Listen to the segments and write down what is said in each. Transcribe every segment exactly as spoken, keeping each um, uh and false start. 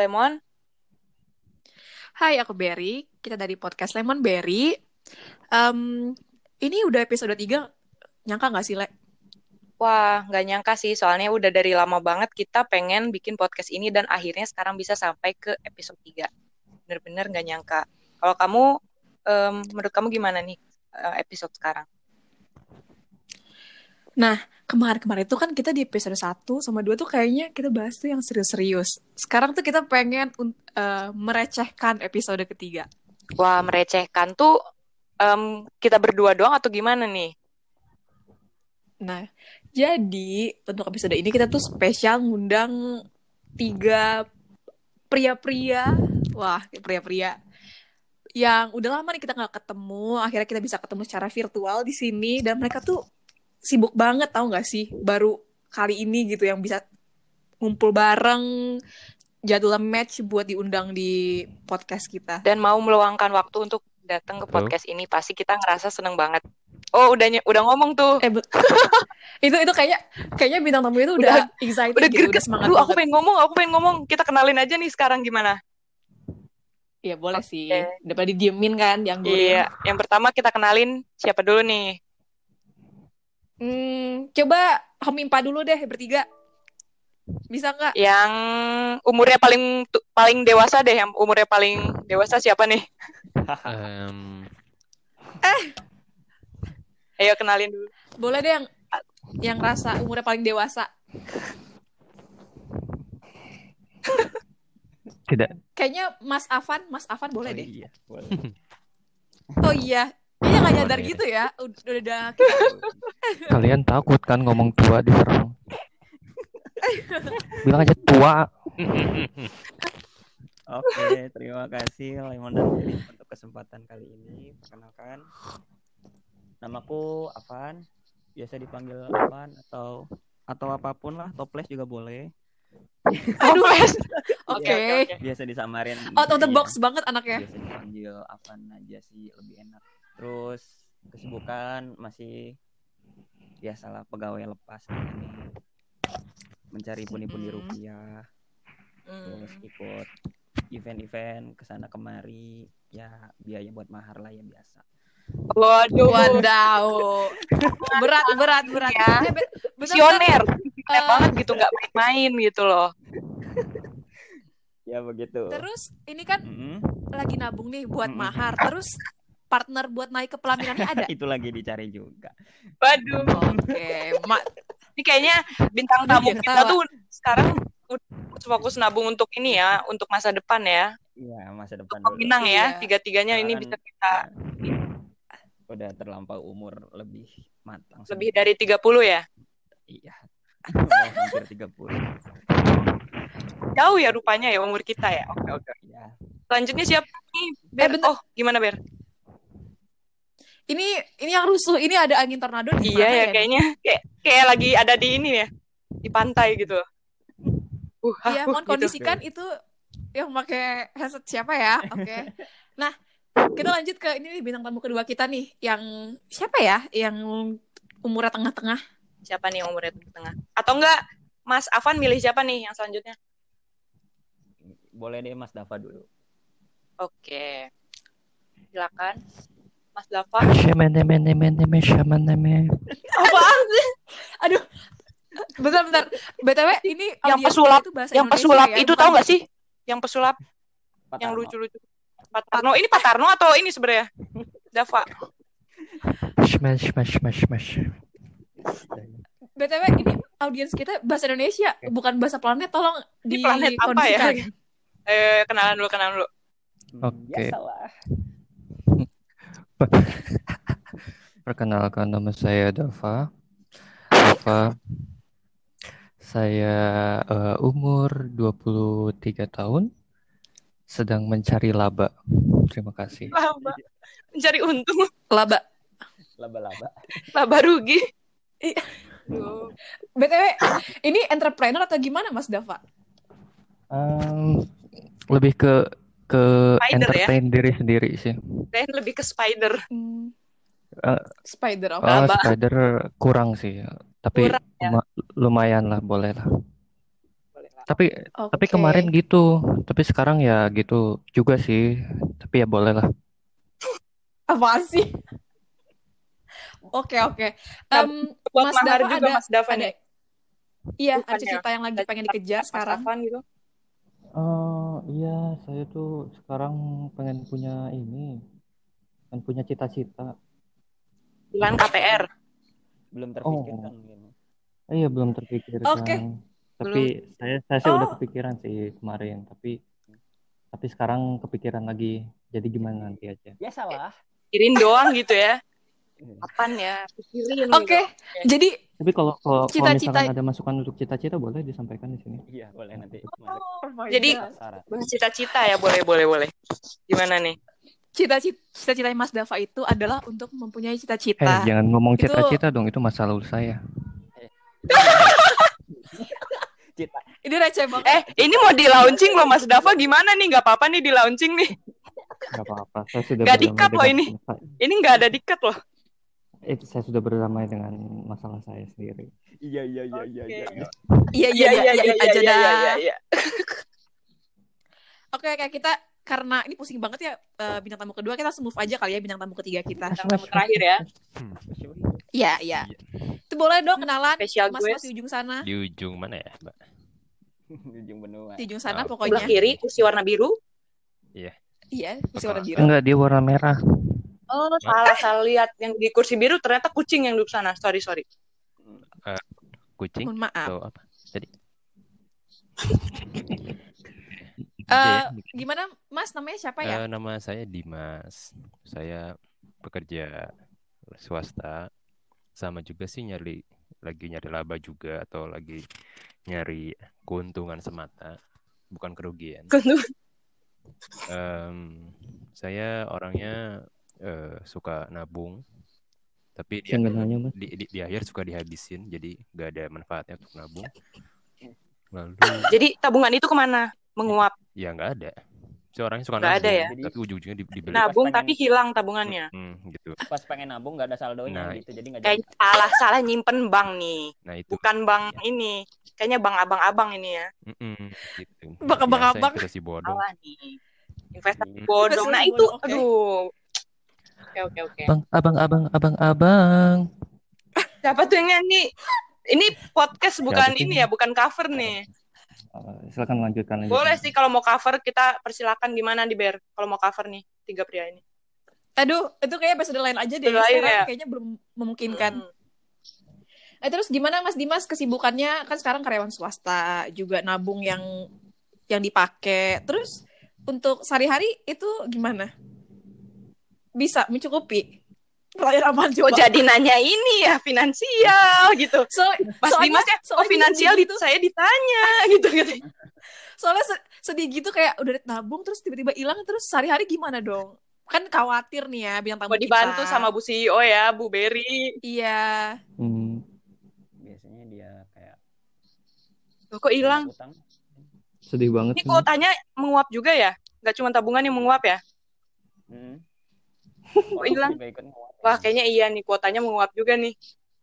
Lemon. Hai, aku Berry. Kita dari podcast Lemon Berry. Um, ini udah episode tiga. Nyangka gak sih, Le? Wah, nggak nyangka sih, soalnya udah dari lama banget kita pengen bikin podcast ini dan akhirnya sekarang bisa sampai ke episode tiga. Bener-bener nggak nyangka. Kalau kamu, um, menurut kamu gimana nih uh, episode sekarang? Nah, kemarin-kemarin itu kan kita di episode satu sama dua tuh kayaknya kita bahas tuh yang serius-serius. Sekarang tuh kita pengen uh, merecehkan episode ketiga. Wah, merecehkan tuh um, kita berdua doang atau gimana nih? Nah, jadi untuk episode ini kita tuh spesial ngundang tiga pria-pria. Wah, pria-pria yang udah lama nih kita nggak ketemu. Akhirnya kita bisa ketemu secara virtual di sini dan mereka tuh sibuk banget, tahu nggak sih? Baru kali ini gitu yang bisa ngumpul bareng, jadwal match buat diundang di podcast kita. Dan mau meluangkan waktu untuk datang ke podcast ini, pasti kita ngerasa seneng banget. Oh, udah ny- udah ngomong tuh. Eh, be- itu itu kayaknya kayaknya bintang tamu itu udah, udah excited udah gitu, udah semangat Duh, banget. aku pengen ngomong, aku pengen ngomong. Kita kenalin aja nih sekarang gimana? Iya, boleh okay. sih. Daripada didiemin kan yang gue. Iya, yang pertama kita kenalin siapa dulu nih? Hmm, coba Homimpa dulu deh bertiga. Bisa nggak? Yang umurnya paling paling dewasa deh, yang umurnya paling dewasa siapa nih? um... Eh, ayo kenalin dulu. Boleh deh yang yang rasa umurnya paling dewasa. Tidak. Kayaknya Mas Afan, Mas Afan boleh oh, deh. Iya, boleh. Oh iya. Kayaknya nggak nyadar boleh. gitu ya. Udah udah. Kalian takut kan ngomong tua diserang? Bilang aja tua. Oke, terima kasih Lemon dan Berry untuk kesempatan kali ini. Perkenalkan, namaku Afan. Biasa dipanggil Afan atau atau apapun lah. Toples juga boleh. Aduh. Oke. Okay. Okay. Biasa disamarin. Out of the box ya. Banget anaknya. Biasa dipanggil Afan aja sih, lebih enak. Terus kesibukan masih biasalah, pegawai lepas ini. Mencari pundi-pundi rupiah. Terus ikut event-event kesana kemari. Ya biaya buat mahar lah ya biasa. Waduh, wadaw. Berat, berat, berat ya. Eh, Visioner. Keren uh, banget gitu, nggak main-main gitu loh. Ya begitu. Terus ini kan mm-hmm. lagi nabung nih buat mm-hmm. mahar. Terus partner buat naik ke pelaminannya ada? Itu lagi dicari juga. Waduh. Oke. Okay. Ma- ini kayaknya bintang tamu kita tuh sekarang fokus nabung untuk ini ya, untuk masa depan ya. Iya, masa depan untuk peminang ya, iya. tiga-tiganya ini bisa kita. Udah terlampau umur, lebih matang. Lebih dari tiga puluh ya? Iya. Hampir tiga puluh. Jauh ya rupanya ya umur kita ya. Oke, oke. Ya. Selanjutnya siapa nih? Ber. Eh, oh, gimana Ber? Ini ini yang rusuh, ini ada angin tornado di Iya ya, ya kayaknya kayak kayak lagi ada di ini ya. Di pantai gitu. Uh, iya, mohon gitu. Kondisikan itu yang pakai headset siapa ya? Oke. Okay. Nah, kita lanjut ke ini nih, bintang tamu kedua kita nih, yang siapa ya? Yang umurnya tengah-tengah. Siapa nih yang umurnya tengah? Atau enggak Mas Afan milih siapa nih yang selanjutnya? Boleh deh Mas Dava dulu. Oke. Silakan. Mas Dava. Apaan sih? Aduh. Bentar-bentar. B T W ini yang pesulap itu bahasa yang Indonesia pesulap ya, itu tahu enggak sih? Yang pesulap Pak yang Tarno. lucu-lucu. Pak Tarno. Ini Pak Tarno atau ini sebenarnya? Dava. Smash smash smash smash. B T W ini audiens kita bahasa Indonesia, bukan bahasa planet, tolong di planet apa ya? Eh, kenalan dulu, kenalan dulu. Oke. Okay. Biasalah. Perkenalkan, nama saya Dava. Dava. Saya uh, umur dua puluh tiga tahun. Sedang mencari laba. Terima kasih. Laba. Mencari untung. Laba. Laba-laba. Laba rugi. B T W, ini entrepreneur atau gimana Mas Dava? Um, lebih ke ke spider, entertain ya? diri sendiri sih. Dan lebih ke spider. Hmm. Uh, spider apa? Oh, spider kurang sih, tapi kurang, ya? luma- lumayan lah, boleh lah. Boleh lah. Tapi tapi Oke. kemarin gitu. Tapi sekarang ya gitu juga sih. Tapi ya boleh lah. Apaan sih? Oke, oke. Nah, Em, buat Mas mahar Dava juga ada Mas Dava ada nih. iya, ada Bukan ya? cita-cita yang lagi pengen dikejar Mas sekarang. Afan gitu. Eh iya, saya tuh sekarang pengen punya ini, pengen punya cita-cita. Bulan K P R. Belum Oh, terpikirkan mungkin. iya belum Oke. terpikirkan. Tapi Belum. saya saya sih udah Oh, kepikiran sih kemarin. Tapi tapi sekarang kepikiran lagi. Jadi gimana nanti aja. Biasalah. Pikirin doang gitu ya. Kapan ya? Pikirin gitu. oke. Oke. Jadi Tapi kalau kalau, kalau cita-cita misalkan ada masukan untuk cita-cita boleh disampaikan di sini. Iya, boleh nanti masuk Oh my Jadi God. saran. bahas cita-cita ya, boleh boleh boleh. Gimana nih? Cita-cita cita-cita Mas Dava itu adalah untuk mempunyai Eh, cita-cita. jangan ngomong Itu cita-cita dong, itu masa lalu saya. Cita. ini receh banget. Eh, ini mau di launching loh Mas Dava, gimana nih? Gak apa-apa nih di launching nih. Gak apa-apa, saya sudah Gak berdamai di-cut loh dengan ini. masa- Ini nggak ada di-cut loh. eh, saya sudah berdamai dengan masalah saya sendiri. Iya, iya, iya, iya, iya. Oke. Iya, iya, iya, iya, aja iya, dah. iya, iya. Oke, kayak kita karena ini pusing banget ya eh, bintang tamu kedua, kita langsung move aja kali ya bintang tamu ketiga kita. Bintang tamu terakhir ya. Iya, iya. Itu boleh dong kenalan Spesial Mas-mas guest. di ujung sana. Di ujung mana ya, Mbak? Ujung benua. Di ujung sana Ah, Sebelah pokoknya. kiri kursi warna biru. Iya, kursi warna biru. Enggak, dia warna merah. Oh, salah salah lihat yang di kursi biru ternyata kucing yang duduk sana. Sorry, sorry. Kucing Mohon maaf. atau apa tadi? Eh, gimana Mas, namanya siapa ya? Eh, nama saya Dimas. Saya pekerja swasta. Sama juga sih nyari lagi nyari laba juga atau lagi nyari keuntungan semata, bukan kerugian. Em, saya orangnya eh, suka nabung, tapi di, Saya nggak nanya, Mas. di, di, di akhir suka dihabisin, jadi nggak ada manfaatnya untuk nabung. Lalu Jadi tabungan itu kemana? Menguap. ya nggak ada. Saya orangnya suka Nggak ada nabung, ya? tapi ujung-ujungnya di- dibeli. Nabung pengen- tapi hilang tabungannya. Hmm, gitu. Pas pengen nabung nggak ada saldonya Nah, gitu, jadi nggak Kayak jadi. salah salah nyimpen bank nih. Nah itu. Bukan bank ini. Kayaknya bank abang-abang ini ya. Mm-mm, gitu. Bang- Biasa abang-abang. investasi bodong. Salah nih. Investasi Hmm. bodong. Nah Investasi itu, bodong, oke. aduh. Oke oke oke. Bang, abang, abang, abang, abang. Siapa tuh yang nyanyi? Ini podcast bukan Siapa sih? ini ya, bukan cover nih. Eh, silakan lanjutkan, lanjutkan. Boleh sih kalau mau cover kita persilakan gimana di Bear kalau mau cover nih tiga pria ini. Aduh, itu kayaknya episode lain aja deh. Episode lain Sekarang ya? kayaknya belum memungkinkan. Hmm. Eh terus gimana Mas Dimas kesibukannya? Kan sekarang karyawan swasta, juga nabung yang yang dipakai. Terus untuk sehari-hari itu gimana? Bisa mencukupi? Pertanyaan apaan Kok coba? jadi nanya ini ya finansial gitu. So, Mas soalnya, Dimas ya, oh soalnya finansial sedih di, gitu. saya ditanya gitu gitu. Soalnya se- sedih gitu kayak udah nabung terus tiba-tiba hilang, terus sehari-hari gimana dong? Kan khawatir nih ya bintang tamu Mau dibantu kita. sama Bu C E O ya, Bu Berry. Iya. Hmm, Biasanya dia kayak Loh, kok hilang? utang. sedih banget. Ini sih. kuotanya menguap juga ya? Gak cuma tabungan yang menguap ya? Hmm. Kok hilang? Juga ikut nguap. Wah, kayaknya iya nih kuotanya menguap juga nih.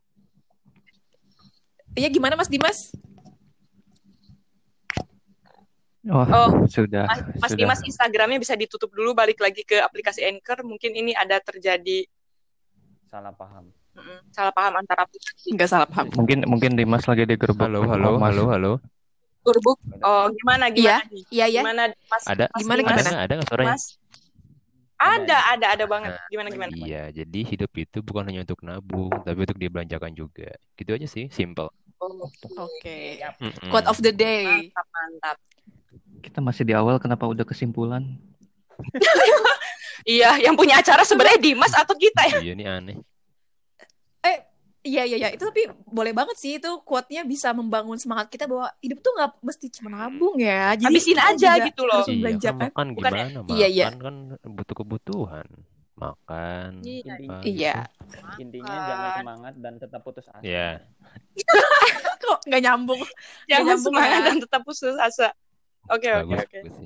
Iya gimana Mas Dimas? Oh, Oh, sudah, Mas, Mas sudah. Dimas Instagramnya bisa ditutup dulu, balik lagi ke aplikasi Anchor. Mungkin ini ada terjadi Salah paham. mm, salah paham antara aplikasi. Enggak salah paham. Mungkin mungkin Dimas lagi digerebek. Halo, halo, Oh, Mas. halo, halo. Turbuk. Oh, gimana gimana nih? Iya ya. Gimana Mas? Ada, Mas Gimana, Dimas? ada gimana? nggak? Ada nggak suaranya? Mas? Ada, ada, ada banget. Gimana gimana? Iya, jadi hidup itu bukan hanya untuk nabung, tapi untuk dibelanjakan juga. Gitu aja sih, simple. Oh, Oke. Mm-mm. Quote of the day. mantap, mantap. Kita masih di awal, kenapa udah kesimpulan? Iya, yang punya acara sebenarnya Dimas atau kita ya? Iya, ini aneh. Eh, iya iya iya, itu tapi boleh banget sih, itu quote-nya bisa membangun semangat kita bahwa hidup tuh nggak mesti cuma nabung ya. Jadi Habisin kita aja juga gitu loh. harus Iya, kan membelanjakan. makan Bukan ya? gimana? Makan Iya, iya. kan butuh kebutuhan. Makan. Iya. apa Iya. gitu. Intinya jangan semangat dan tetap putus asa. Ya, Kok nggak nyambung? Jangan nyambung semangat ya. dan tetap putus asa. Oke, oke, bagus, oke. bagus sih.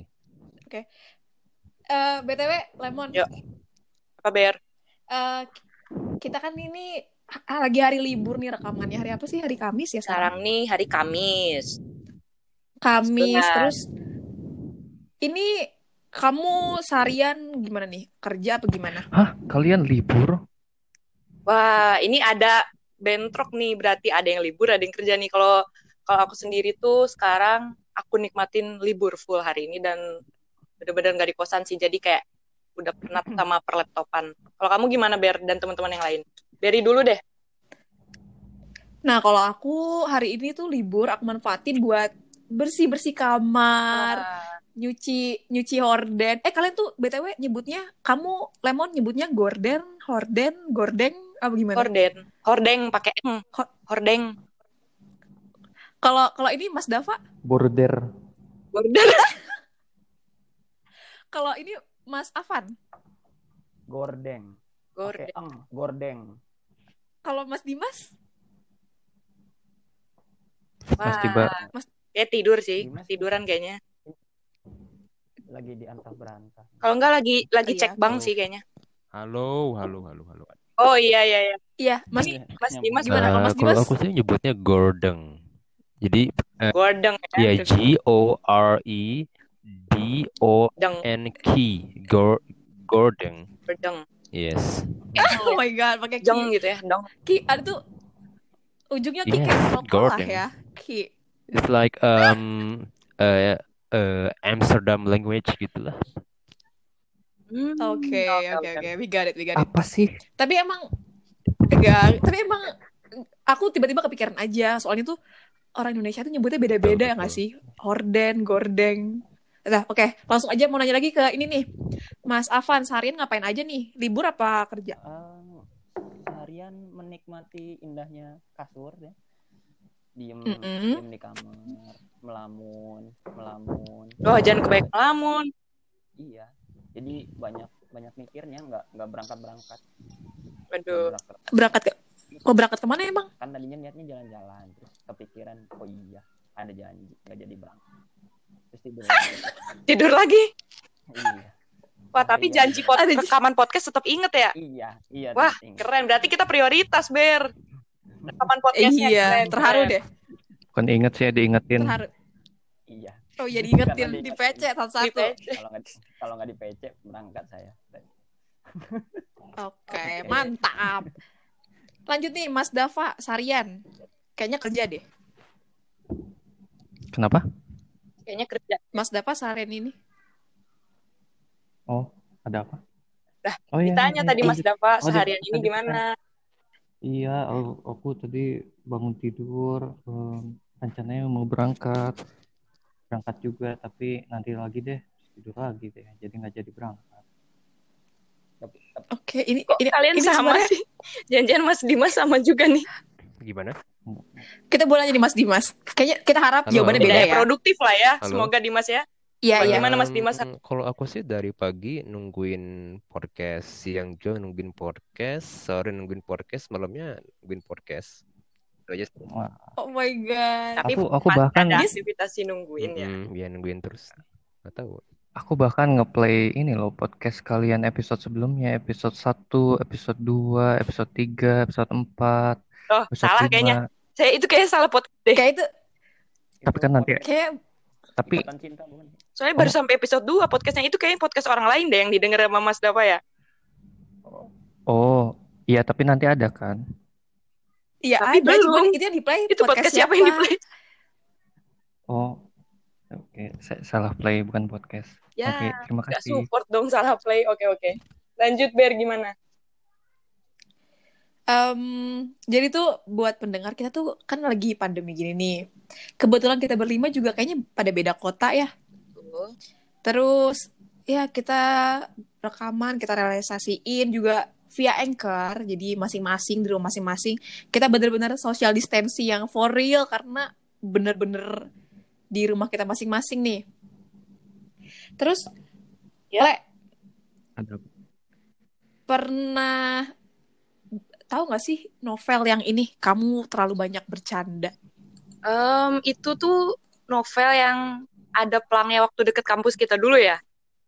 Eh, B T W Lemon, Yuk. Apa Ber? eh, kita kan ini ah, lagi hari libur nih rekamannya. Hari apa sih? Hari Kamis ya sekarang. Sekarang nih hari Kamis. Kamis. Benar. Terus ini kamu seharian gimana nih? Kerja apa gimana? Hah? Kalian libur? Wah, ini ada bentrok nih, berarti ada yang libur, ada yang kerja nih. Kalau kalau aku sendiri tuh sekarang aku nikmatin libur full hari ini dan bener-bener nggak di kosan sih, jadi kayak udah penat sama perlaptopan. Kalau kamu gimana, Ber, dan teman-teman yang lain? Beri dulu deh. Nah, kalau aku hari ini tuh libur, aku manfaatin buat bersih-bersih kamar, Wah, nyuci nyuci horden. Eh, kalian tuh B T W nyebutnya, kamu Lemon nyebutnya gorden, horden, gordeng apa gimana? horden, hordeng pakai M, Ho- hordeng, Kalau kalau ini Mas Dava, Border. border. kalau ini Mas Afan, Gordeng. Pakai Gorden. eng, gordeng. kalau Mas Dimas, Mas Tiba. Wah, kayak tidur sih, Dimas tiduran kayaknya. lagi di antah berantah. Kalau enggak lagi lagi Iya, cek bank tuh. sih kayaknya. Halo, halo, halo, halo. Oh iya iya iya. iya Mas Iya, Mas nyambung. Dimas Gimana kalau Eh, Mas kalau Dimas? aku sih nyebutnya Gordeng. Jadi eh, Gordeng ya. ya G O R E D O Deng, N K Gor Gordeng. berdeng. Yes. Oh my god, pakai ki. Jeng gitu ya, dong. Ki ada tuh ujungnya ki Yes, kayak rokok lah Gordeng. ya. Ki. It's like um uh, uh, Amsterdam language gitu lah. Hmm, Oke, oke, oke, oke. oke. We got it, we got it. Apa sih? Tapi emang enggak, tapi emang aku tiba-tiba kepikiran aja. Soalnya tuh orang Indonesia tuh nyebutnya beda-beda Betul, ya nggak betul. sih? Horden, gordeng. Nah, oke, langsung aja mau nanya lagi ke ini nih. Mas Afan, seharian ngapain aja nih? Libur apa kerja? Eh, seharian menikmati indahnya kasur ya. Diem, Mm-mm. diem di kamar, melamun, melamun. Oh, jangan kebaik melamun. Iya. Jadi banyak banyak mikirnya, nggak nggak berangkat berangkat. Waduh. Berangkat ke Oh, berangkat kemana emang? Kan tadinya niatnya jalan-jalan, terus kepikiran, oh iya ada janji, nggak jadi berangkat. Terus tidur lagi. Tidur lagi. Iya. Wah, tapi Iya. janji pod- Ada j- rekaman podcast tetap inget ya. Iya, iya. Wah, ingat. keren. Berarti kita prioritas, Ber. Rekaman podcastnya Iya, keren, terharu keren. deh. Bukan inget sih, diingetin. Terharu. Iya. Oh iya Karena diingetin di diingetin. P C Di satu-satu. P C. Kalau nggak kalau nggak di P C berangkat saya. Oke, mantap. Lanjut nih Mas Dava, seharian. Kayaknya kerja deh. Kenapa? Kayaknya kerja. Mas Dava seharian ini. Oh, ada apa? Dah, Oh iya, Ditanya iya, tadi iya. Mas Dava, Oh, seharian di- ini tadi gimana? Iya, aku, aku tadi bangun tidur, em, rencananya mau berangkat, berangkat juga, tapi nanti lagi deh, tidur lagi deh, jadi nggak jadi berangkat. Tapi, tapi Oke, ini Kok ini kalian ini sama sebenarnya sih? Jangan-jangan Mas Dimas sama juga nih. Gimana? kita boleh jadi Mas Dimas. Kayaknya kita harap Halo, jawabannya halo. beda Tidak ya. produktif lah ya. Halo. Semoga Dimas ya. Iya, Wah, iya. gimana Mas Em, Dimas? Kalau aku sih dari pagi nungguin podcast, siang juga nungguin podcast, sore nungguin podcast, malamnya nungguin podcast. Itu aja sih. Wah, Oh my god. Tapi aku aku pasti bahkan ada Yes. aktivitas sih nungguin ya. Mm-mm, ya nungguin terus. Nggak tahu. aku bahkan ngeplay ini loh podcast kalian episode sebelumnya, episode satu, episode dua, episode tiga, episode empat, Oh, episode salah lima. kayaknya. Saya itu kayak salah podcast deh. Kayak itu Tapi kan nanti, kayak tapi ikatan cinta bukan? Soalnya baru Oh. sampai episode dua podcastnya itu kayaknya podcast orang lain deh yang didengar sama Mas Dava ya. oh iya, tapi nanti ada kan? iya Tapi ada, cuman belum. itu yang di play Itu podcast siapa yang di-play? Oh, oke, saya salah play bukan podcast. Ya, Oke, terima Gak kasih. support dong salah play. Oke, oke. Lanjut, Ber, gimana? Em, jadi tuh buat pendengar kita tuh kan lagi pandemi gini nih. Kebetulan kita berlima juga kayaknya pada beda kota ya. Terus ya kita rekaman, kita realisasiin juga via Anchor. Jadi masing-masing di rumah masing-masing kita benar-benar social distancing yang for real karena bener-bener di rumah kita masing-masing nih. Terus Ya. Le, Ada pernah tahu nggak sih novel yang ini kamu terlalu banyak bercanda? Em, itu tuh novel yang ada pelangnya waktu deket kampus kita dulu ya.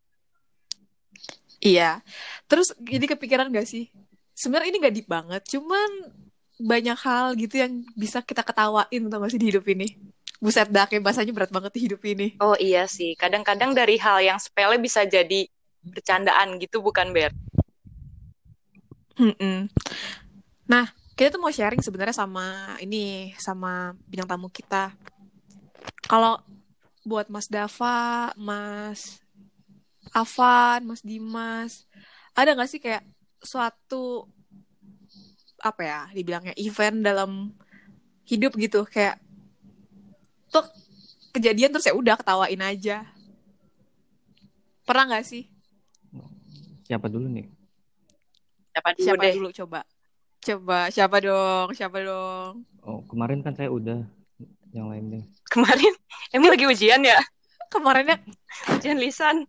Iya. Terus jadi kepikiran gak sih? Sebenarnya ini gak deep banget, cuman banyak hal gitu yang bisa kita ketawain tau gak sih di hidup ini. Buset dah, kayak bahasanya berat banget di hidup ini. Oh iya sih, kadang-kadang dari hal yang sepele bisa jadi bercandaan gitu, bukan Ber? Mm-mm. Nah, kita tuh mau sharing sebenarnya sama ini, sama bintang tamu kita. Kalau buat Mas Dava, Mas Afan, Mas Dimas, ada nggak sih kayak suatu apa ya, dibilangnya event dalam hidup gitu, kayak tuh kejadian terus ya udah ketawain aja. Pernah nggak sih? Siapa dulu nih? Siapa dulu Siapa deh? dulu coba? Coba siapa dong? Siapa dong? Oh, kemarin kan saya udah yang lain deh. Kemarin, emang lagi ujian ya? Kemarinnya Ujian lisan.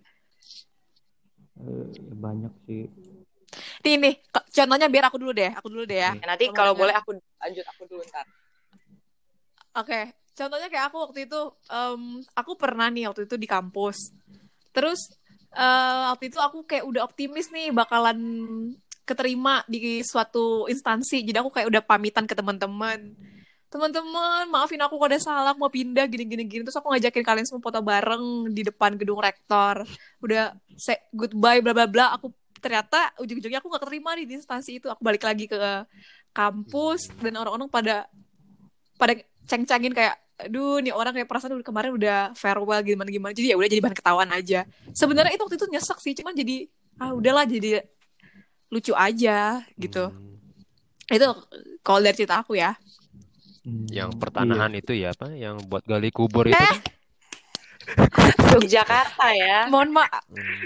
Eh, ya banyak sih. nih nih, k- contohnya biar aku dulu deh, aku dulu deh ya. Ya, nanti Kamu kalau dengar. boleh aku lanjut aku dulu ntar. Oke, contohnya kayak aku waktu itu, em, aku pernah nih waktu itu di kampus. Terus eh, waktu itu aku kayak udah optimis nih bakalan keterima di suatu instansi. Jadi aku kayak udah pamitan ke teman-teman. Teman-teman, maafin aku kalau ada salah, aku mau pindah gini-gini gini. Terus aku ngajakin kalian semua foto bareng di depan gedung rektor. Udah say goodbye bla bla bla. Aku ternyata ujung-ujungnya aku gak keterima nih di instansi itu. Aku balik lagi ke kampus dan orang-orang pada pada ceng-cengin kayak, aduh nih orang kayak perasaan udah kemarin udah farewell gimana-gimana. Jadi ya udah jadi bahan ketawaan aja. Sebenarnya itu waktu itu nyesek sih, cuman jadi ah udahlah, jadi lucu aja gitu. Hmm. Itu kalau dari cerita aku ya. Hmm, Yang iya. pertanahan itu ya apa? Yang buat gali kubur itu Eh, kan? Yogyakarta ya. mohon maaf.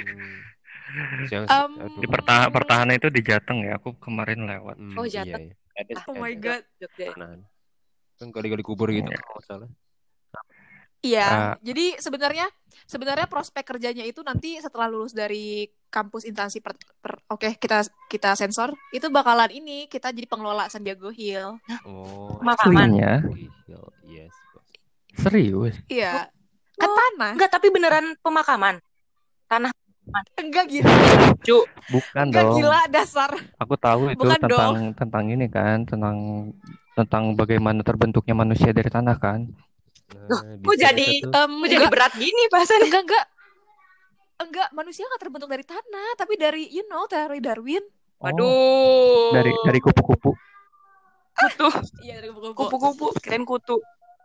Hmm. Yang, Um, aduh. Di pertahanan pertahanan itu di Jateng ya. Aku kemarin lewat. Hmm, Oh, iya, Jateng. iya. Ada Oh my god. Jogja. Pertanahan. Kan gali-gali kubur gitu Iya. kalau nggak salah. Iya, Ah. jadi sebenarnya sebenarnya prospek kerjanya itu nanti setelah lulus dari kampus instansi per, per- oke kita kita sensor itu bakalan ini kita jadi pengelola San Diego Hill. Oh, Pemakaman. Aslinya? Hill. Yes. Serius? Iya, kan Oh, tanah. enggak, tapi beneran pemakaman. Tanah. Enggak gila, Cu. Bukan enggak dong. gila dasar. Aku tahu itu Bukan tentang tentang ini kan, tentang tentang bagaimana terbentuknya manusia dari tanah kan. Nah, Kok bisa jadi kita tuh. Em, kok jadi enggak, berat gini bahasannya? enggak enggak enggak manusia nggak terbentuk dari tanah, tapi dari you know teori Darwin. Oh, Waduh. dari dari kupu-kupu. kutu, Iya dari kupu-kupu. kupu-kupu, keren kutu.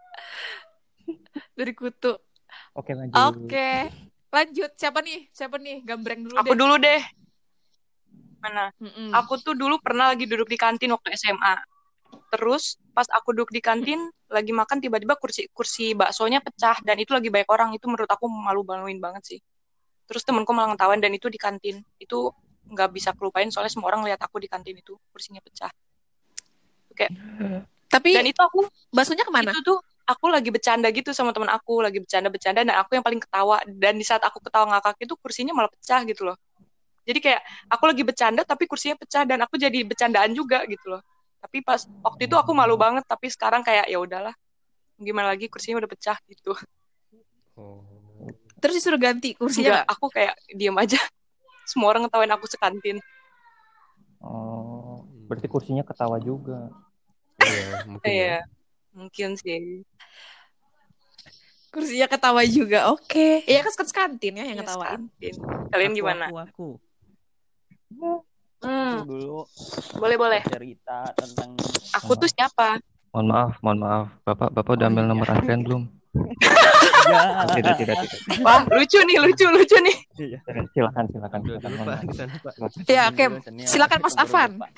Dari kutu. Oke, lanjut. Oke, lanjut. Siapa nih? Siapa nih? Gambreng dulu Aku deh. dulu deh. Mana? Mm-mm. Aku tuh dulu pernah lagi duduk di kantin waktu S M A. Terus pas aku duduk di kantin lagi makan, tiba-tiba kursi kursi baksonya pecah dan itu lagi banyak orang. Itu menurut aku malu-maluin banget sih. Terus temenku malah ngetawain dan itu di kantin. Itu nggak bisa kelupain soalnya semua orang lihat aku di kantin itu kursinya pecah. Oke. Tapi Dan itu aku baksonya kemana? itu tuh aku lagi bercanda gitu sama teman aku, lagi bercanda-bercanda dan aku yang paling ketawa. Dan di saat aku ketawa ngakak itu kursinya malah pecah gitu loh. Jadi kayak aku lagi bercanda tapi kursinya pecah dan aku jadi bercandaan juga gitu loh. Tapi pas waktu itu aku malu banget, tapi sekarang kayak ya udahlah. Gimana lagi, kursinya udah pecah gitu. Oh. Terus disuruh ganti kursinya Enggak, aku kayak diem aja. Semua orang ngetawain aku sekantin. Oh, berarti kursinya ketawa juga. Iya, mungkin ya. Iya, mungkin sih. kursinya ketawa juga. Oke. Iya kan kantin ya yang Iya, ketawain. sekantin. Kalian Aku, gimana? Aku, aku. Hmm, Aku dulu boleh-boleh. cerita tentang Aku tuh siapa? Mohon maaf, mohon maaf. Bapak Bapak udah Oh, ambil iya. nomor antrian belum? ya. Tidak, tidak, tidak. Wah, lucu nih, lucu, lucu nih. Iya. Silakan, silakan. Udah silakan. dulu, Mohon Pak. maaf. Di sana, Pak. Ya, oke. Dulu, senior. Silakan Mas Aku baru Afan. lupa.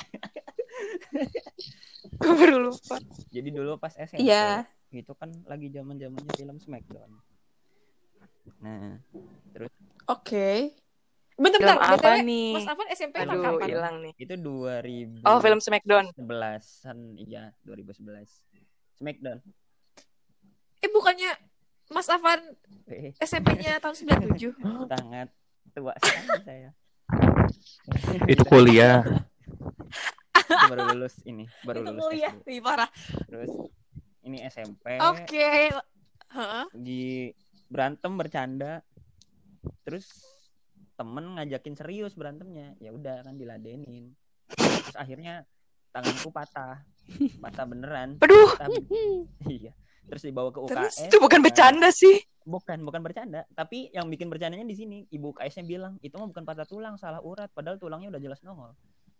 Gue baru lupa. Jadi dulu pas S M P Iya. itu kan lagi zaman-zamannya film Smackdown. Nah, terus Oke. Bentar, Film bentar. apa B T W, nih? Mas Afan S M P kan Aduh, kapan? hilang nih. itu dua ribu Oh, film Smackdown. sebelasan, iya, dua ribu sebelas. Smackdown. Eh bukannya Mas Afan Eh, S M P-nya tahun sembilan puluh tujuh? sangat tua sekali saya. Itu kuliah. Itu baru lulus ini, baru Itu lulus kuliah. S D. Wih, parah. Terus ini S M P Oke. Heeh. di berantem bercanda. Terus temen ngajakin serius berantemnya, ya udah kan diladenin. Terus akhirnya tanganku patah, patah beneran. Aduh. Tapi, iya, terus dibawa ke U K S. Terus? Itu bukan bercanda sih. Bukan, bukan bercanda. Tapi yang bikin bercandanya di sini, ibu U K S-nya bilang itu mah bukan patah tulang, salah urat. Padahal tulangnya udah jelas nongol.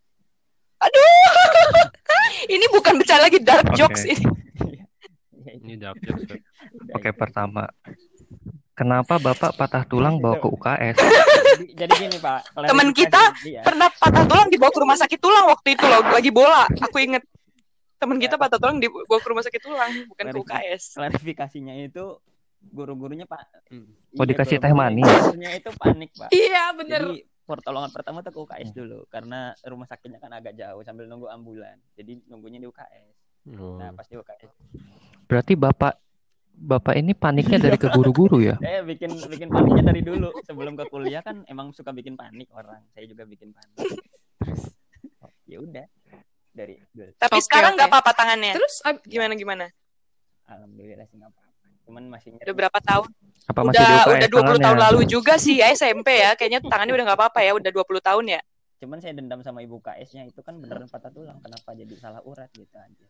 Aduh. Ini bukan bercanda lagi, dark Oke. jokes ini. Ini dark jokes. Beb. Oke, pertama. Kenapa Bapak patah tulang bawa ke U K S? Jadi, jadi gini Pak. Temen klarifikasi kita dia. Pernah patah tulang dibawa ke rumah sakit tulang waktu itu loh, lagi bola. Aku inget temen kita patah tulang dibawa ke rumah sakit tulang, bukan ke U K S. Klarifikasinya itu guru-gurunya Pak. Oh, dikasih teh manis. Gurunya itu panik Pak. Iya bener. Jadi pertolongan pertama tuh ke U K S dulu karena rumah sakitnya kan agak jauh sambil nunggu ambulan. Jadi nunggunya di U K S. Oh. Nah, pas di U K S Berarti Bapak Bapak ini paniknya dari ke guru-guru ya? saya bikin bikin paniknya dari dulu. Sebelum ke kuliah kan emang suka bikin panik orang. Saya juga bikin panik. Terus ya udah dari dulu. Tapi Oke, sekarang oke. nggak apa-apa tangannya. Terus ab- Gimana gimana? Alhamdulillah sih nggak apa-apa. Cuman masih Udah nyeri. berapa tahun? Apa masih di Udah U K S udah dua puluh tahun tangannya? lalu juga sih ya S M P ya. Kayaknya tangannya udah nggak apa-apa ya, udah dua puluh tahun ya. Cuman saya dendam sama ibu K S-nya itu kan beneran patah tulang. Kenapa jadi salah urat gitu aja.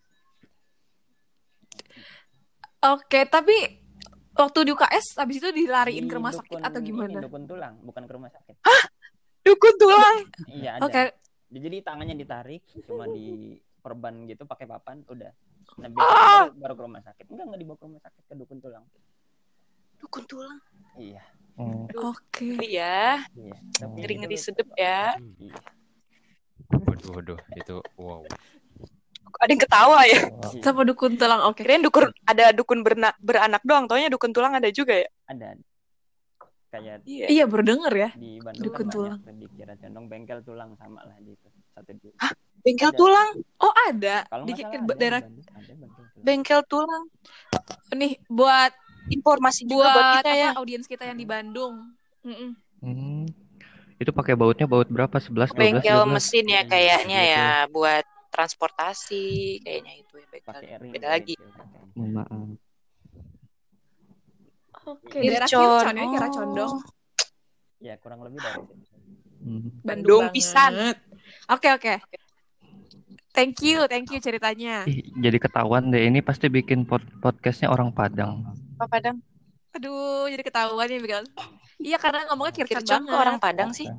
Oke, tapi waktu di U K S habis itu dilariin ke Di rumah sakit dukun atau ini, gimana? dukun tulang, bukan ke rumah sakit. Dukun tulang. Iya ada. Oke. Jadi tangannya ditarik, cuma di perban gitu pakai papan, udah. Nah, Ah. besok baru, baru ke rumah sakit. Enggak, enggak dibawa ke rumah sakit, ke dukun tulang. Dukun tulang. Iya, Hmm. Oke. Iya. iya. Tapi Ngeri-ngeri itu- sedep ya. Iya. Waduh, waduh, itu wow. Ada yang ketawa ya. Iya, Sama dukun tulang. Oke. Kirain dukun ada dukun berna, beranak doang, taunya dukun tulang ada juga ya. ada. Kayak Iya. Iya baru denger ya. di Bandung Dukun kan tulang. banyak, di Kira Condong bengkel tulang sama lah di itu. Satu di. Bengkel Ada. tulang, Oh ada. Kalau Di nggak salah di ada daerah di Bandung, ada bengkel tulang. bengkel tulang. nih buat Informasi juga buat buat kita apa, ya. audiens kita yang di Bandung. Mm-mm. Hmm. Itu pakai bautnya baut berapa? sebelas, dua belas, Bengkel tiga belas? mesin ya kayaknya ya, buat transportasi kayaknya itu ya bengkel. Pakai ring. Beda lagi. Mohon maaf. Oke, daerah Kircon. Kircon ya, daerah Condong. Ya kurang lebih dari situ. Hmm. Bandung banget. pisan. Oke oke. Thank you, thank you ceritanya. Ih, jadi ketahuan deh, ini pasti bikin pod- podcastnya orang Padang. Apa Padang? Aduh, jadi ketahuan ya Miguel. Iya karena ngomongnya Kircon Kircon banget. kok orang Padang sih?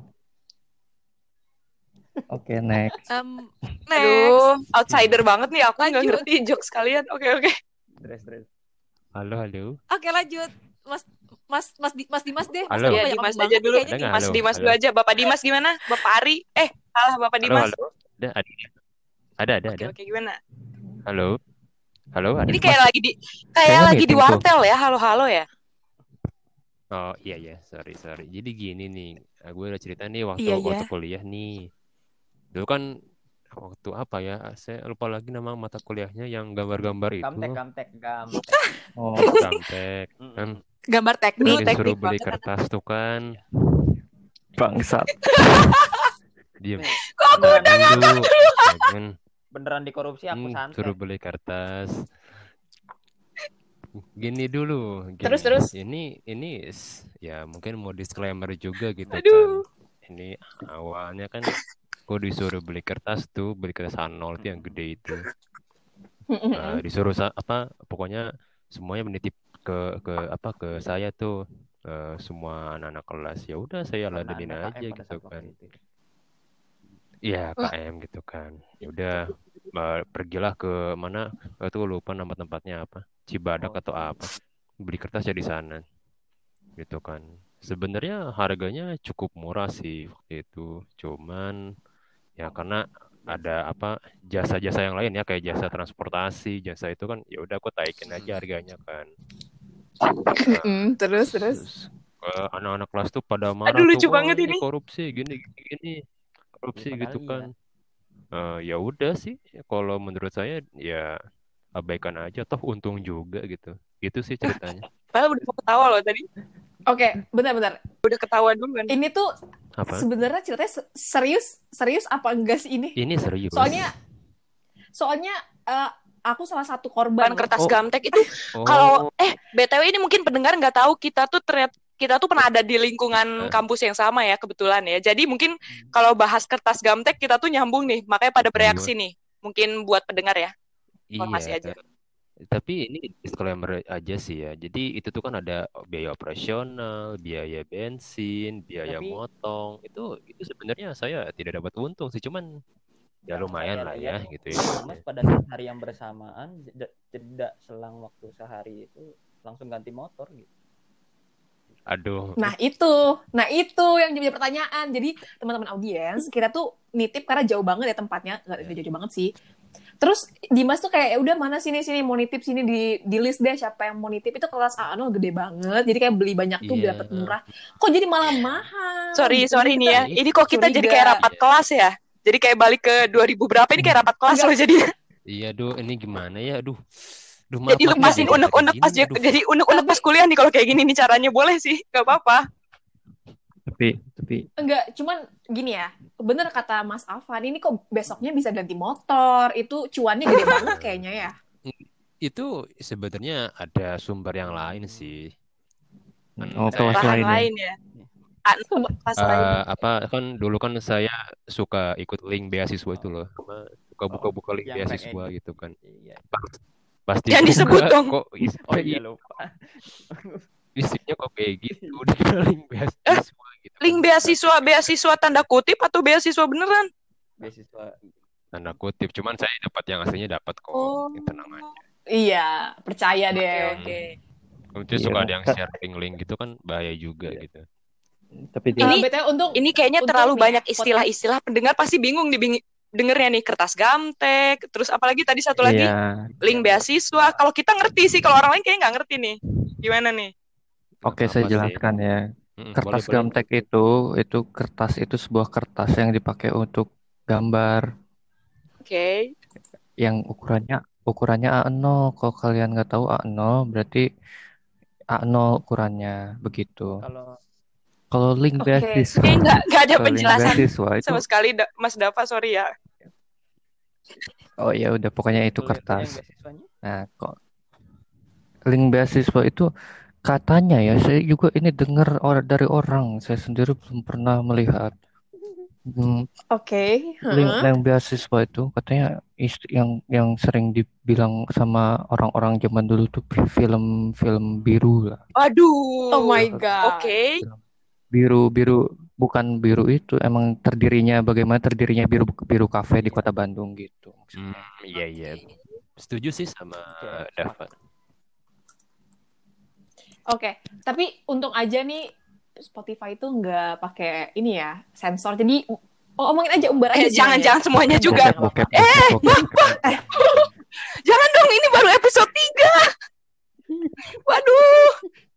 Oke, next. Em, next. Aduh, outsider banget nih aku nggak Lanjut. ngerti jokes kalian. Oke oke. Terus terus. Halo, halo. Oke lanjut. Mas Mas Mas Di- Mas Dimas deh. Mas Halo. Dimas Ya banyak Dimas ngomong aja banget dulu. nih kayaknya Ada nggak? nih. Mas Halo, Dimas halo. dulu aja. Bapak Dimas gimana? Bapak Ari? Eh, salah Bapak Halo, Dimas. halo. Ada, ada. Ada, ada, Oke ada. oke gimana? Halo. Halo, ada. Ini kayak lagi di kayak Kayaknya lagi di meeting tuh. wartel ya. Halo-halo ya. Oh, iya ya, sorry, sorry. Jadi gini nih, eh, gue udah cerita nih waktu Iya, waktu iya. kuliah nih. Dulu kan waktu apa ya? Saya lupa lagi nama mata kuliahnya yang gambar-gambar itu. Kamtek, kamtek, kamtek. Oh, Gamtek. Mm-mm. Kan Gambar Dulu teknik. disuruh teknik beli banget. kertas tuh kan. bangsat. Diem. Kok aku Beneran, Dulu, ya kan. beneran dikorupsi aku Hmm, santet. suruh beli kertas. Gini dulu, gini. Terus, terus. Ini ini s- ya mungkin mau disclaimer juga gitu Aduh. kan. Ini awalnya kan gue disuruh beli kertas tuh, beli kertas A nol tuh yang gede itu. Nah, disuruh sa- apa pokoknya semuanya menitip ke ke apa ke saya tuh, eh, semua anak-anak kelas. Ya udah saya Karena ladenin Anda K M aja pada gitu saat kan. waktu itu. Iya, K M gitu kan. Ya udah, eh, pergilah ke mana? Itu lupa nama tempatnya apa. Cibadak Oh. atau apa. Beli kertas ya di sana. Gitu kan. Sebenarnya harganya cukup murah sih waktu itu. Cuman ya karena ada apa jasa-jasa yang lain ya kayak jasa transportasi, jasa itu kan ya udah aku taikin aja harganya kan. Nah, Mm, terus terus. terus eh, anak-anak kelas tuh pada marah Aduh, tuh, lucu wah banget ini ini. korupsi gini gini, gini. korupsi Ya, gitu padahal kan. Eh, ya udah sih kalau menurut saya ya abaikan aja toh untung juga gitu. Itu sih ceritanya. Padahal udah mau ketawa loh tadi. Oke, bentar-bentar. Udah ketawa duluan. Ini tuh Apa? sebenarnya ceritanya se- serius, serius apa enggak sih ini? Ini serius. Soalnya, soalnya eh, aku salah satu korban. Ban kertas Oh. gamtek itu Oh, kalau eh B T W ini mungkin pendengar nggak tahu kita tuh ternyata kita tuh pernah ada di lingkungan Eh. kampus yang sama ya kebetulan ya. Jadi mungkin kalau bahas kertas gamtek kita tuh nyambung nih. Makanya pada bereaksi nih. Mungkin buat pendengar ya. Informasi iya. aja. Tapi ini disclaimer aja sih ya. Jadi itu tuh kan ada biaya operasional, biaya bensin, biaya Tapi motong. Itu itu sebenarnya saya tidak dapat untung sih, cuman ya yang lumayan saya lah lihat ya gitu ya. Dimas pada saat hari yang bersamaan jeda, jeda selang waktu sehari itu langsung ganti motor gitu. Aduh, Nah itu, nah itu yang jadi pertanyaan. Jadi teman-teman audiens, kita tuh nitip karena jauh banget ya tempatnya, nggak Ya. nggak jauh banget sih. Terus Dimas tuh kayak, "Ya udah mana sini sini mau nitip sini di di list deh siapa yang mau nitip." Itu kelas A no gede banget, jadi kayak beli banyak tuh iya. dapat murah. Kok jadi malah Iya. mahal? Sorry, gitu. sorry Jadi nih kita ya. Ini kok kita jadi kayak curiga. rapat kelas ya? Jadi kayak balik ke dua ribu berapa ini kayak rapat kelas Enggak. loh jadinya. Iya, duh, ini gimana ya? Aduh. Duh, maaf, Jadi maaf nih lepasin jadi kayak unek-unek pas gini. jadi, Aduh. jadi unek-unek pas Tapi- kuliah nih kalau kayak gini nih caranya boleh sih, nggak apa-apa. Tapi tapi Enggak, cuman gini ya. Bener kata Mas Alvan, ini kok besoknya bisa ganti motor. Itu cuannya gede banget kayaknya ya. Itu sebenarnya ada sumber yang lain sih. Kan oh, saya- kelas Lahan lain ya. lain ya. Ah, kelas Eh, lain. apa kan dulu kan saya suka ikut link beasiswa itu loh. Apa, suka buka-buka link yang rank beasiswa edit. gitu kan. Iya. Pas- Pasti Jangan disebut dong. kok is- Oh iya lupa. isinya kok kayak gitu. Udah link beasiswa gitu. Link kan. beasiswa, beasiswa tanda kutip atau beasiswa beneran? Beasiswa Tanda kutip, cuman saya dapat yang aslinya dapat kok. Oh. Yang tenang aja. Iya, percaya Oke, deh. oke. Itu Iya, suka ada yang Kak. share link-link gitu kan bahaya juga Iya. gitu. Tapi Eh, Ini- B T W untuk Ini kayaknya Untuk terlalu nih ya, banyak istilah-istilah pendengar pasti bingung nih bing- dengernya nih kertas gamtek, terus apalagi tadi satu lagi iya. link beasiswa. Kalau kita ngerti sih, kalau orang lain kayaknya nggak ngerti nih. Gimana nih? Oke, Apa saya sih? jelaskan ya. Mm, Kertas boleh, boleh. gamtek itu itu kertas itu sebuah kertas yang dipakai untuk gambar Oke. yang ukurannya ukurannya A nol. Kalau kalian nggak tahu A nol berarti A nol ukurannya begitu. kalau Kalau link Oke. beasiswa, Kayak nggak nggak ada kalau link penjelasan beasiswa itu sama sekali, Da- Mas Dava, sorry ya. oh ya udah pokoknya itu kalau lihat yang kertas. beasiswanya Nah, kok link beasiswa itu katanya ya saya juga ini dengar or- dari orang, saya sendiri belum pernah melihat. Hmm, Oke. link, heeh. link beasiswa itu katanya ist- yang yang sering dibilang sama orang-orang zaman dulu tuh film-film biru lah. Aduh. Oh my god. Oke. Biru biru bukan biru itu emang terdirinya bagaimana terdirinya biru biru kafe di Iya. kota Bandung gitu. Hmm, iya iya. Setuju sih sama Oke. Dava. Oke, tapi untung aja nih Spotify itu nggak pakai ini ya sensor. Jadi oh, omongin aja umbar aja. Eh, jangan-jangan semuanya juga. Bokep, bokep, bokep, bokep. Jangan dong, ini baru episode tiga. Waduh.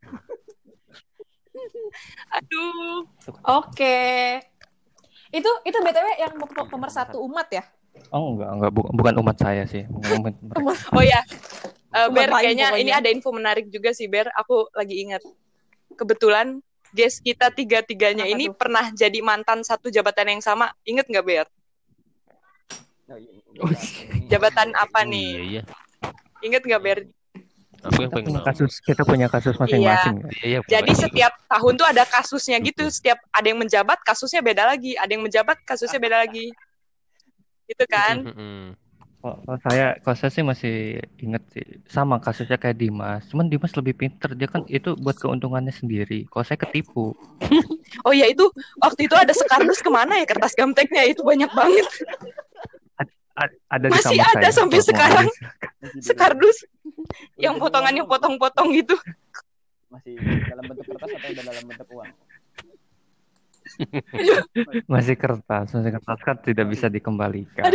Aduh. Oke. Itu itu B T W yang pem- pemersatu umat ya? Oh enggak enggak bu- bukan umat saya sih. Umat mereka. Oh ya. Eh, Ber, Umat lain kayaknya pokoknya. ini ada info menarik juga sih, Ber. Aku lagi ingat. Kebetulan guest kita tiga-tiganya Apa ini tuh? pernah jadi mantan satu jabatan yang sama. Ingat nggak, Ber? oh, iya, Oh, ini- Jabatan apa Oh, nih? iya iya. Ingat nggak, Ber? Aku yang Kita pengen punya tahu. kasus kita punya kasus masing-masing ya. Iya, iya, Jadi boleh. setiap tahun tuh ada kasusnya gitu. Setiap ada yang menjabat, kasusnya beda lagi. Ada yang menjabat, kasusnya beda lagi. Gitu kan? Mm-mm. Kalau kalau saya kalau saya sih masih inget sih sama kasusnya kayak Dimas. Cuman Dimas lebih pinter, dia kan itu buat keuntungannya sendiri. Kalau saya ketipu. Oh ya itu, waktu itu ada sekardus kemana ya kertas gamteknya? Itu banyak banget. A- ada di Masih kamar ada saya. sampai Kalau mau sekarang. ambil, silakan. masih di- Sekardus udah yang jadi potongannya uang belum? potong-potong gitu. Masih dalam bentuk kertas atau udah dalam bentuk uang? Masih kertas, masih kertas kan tidak bisa dikembalikan.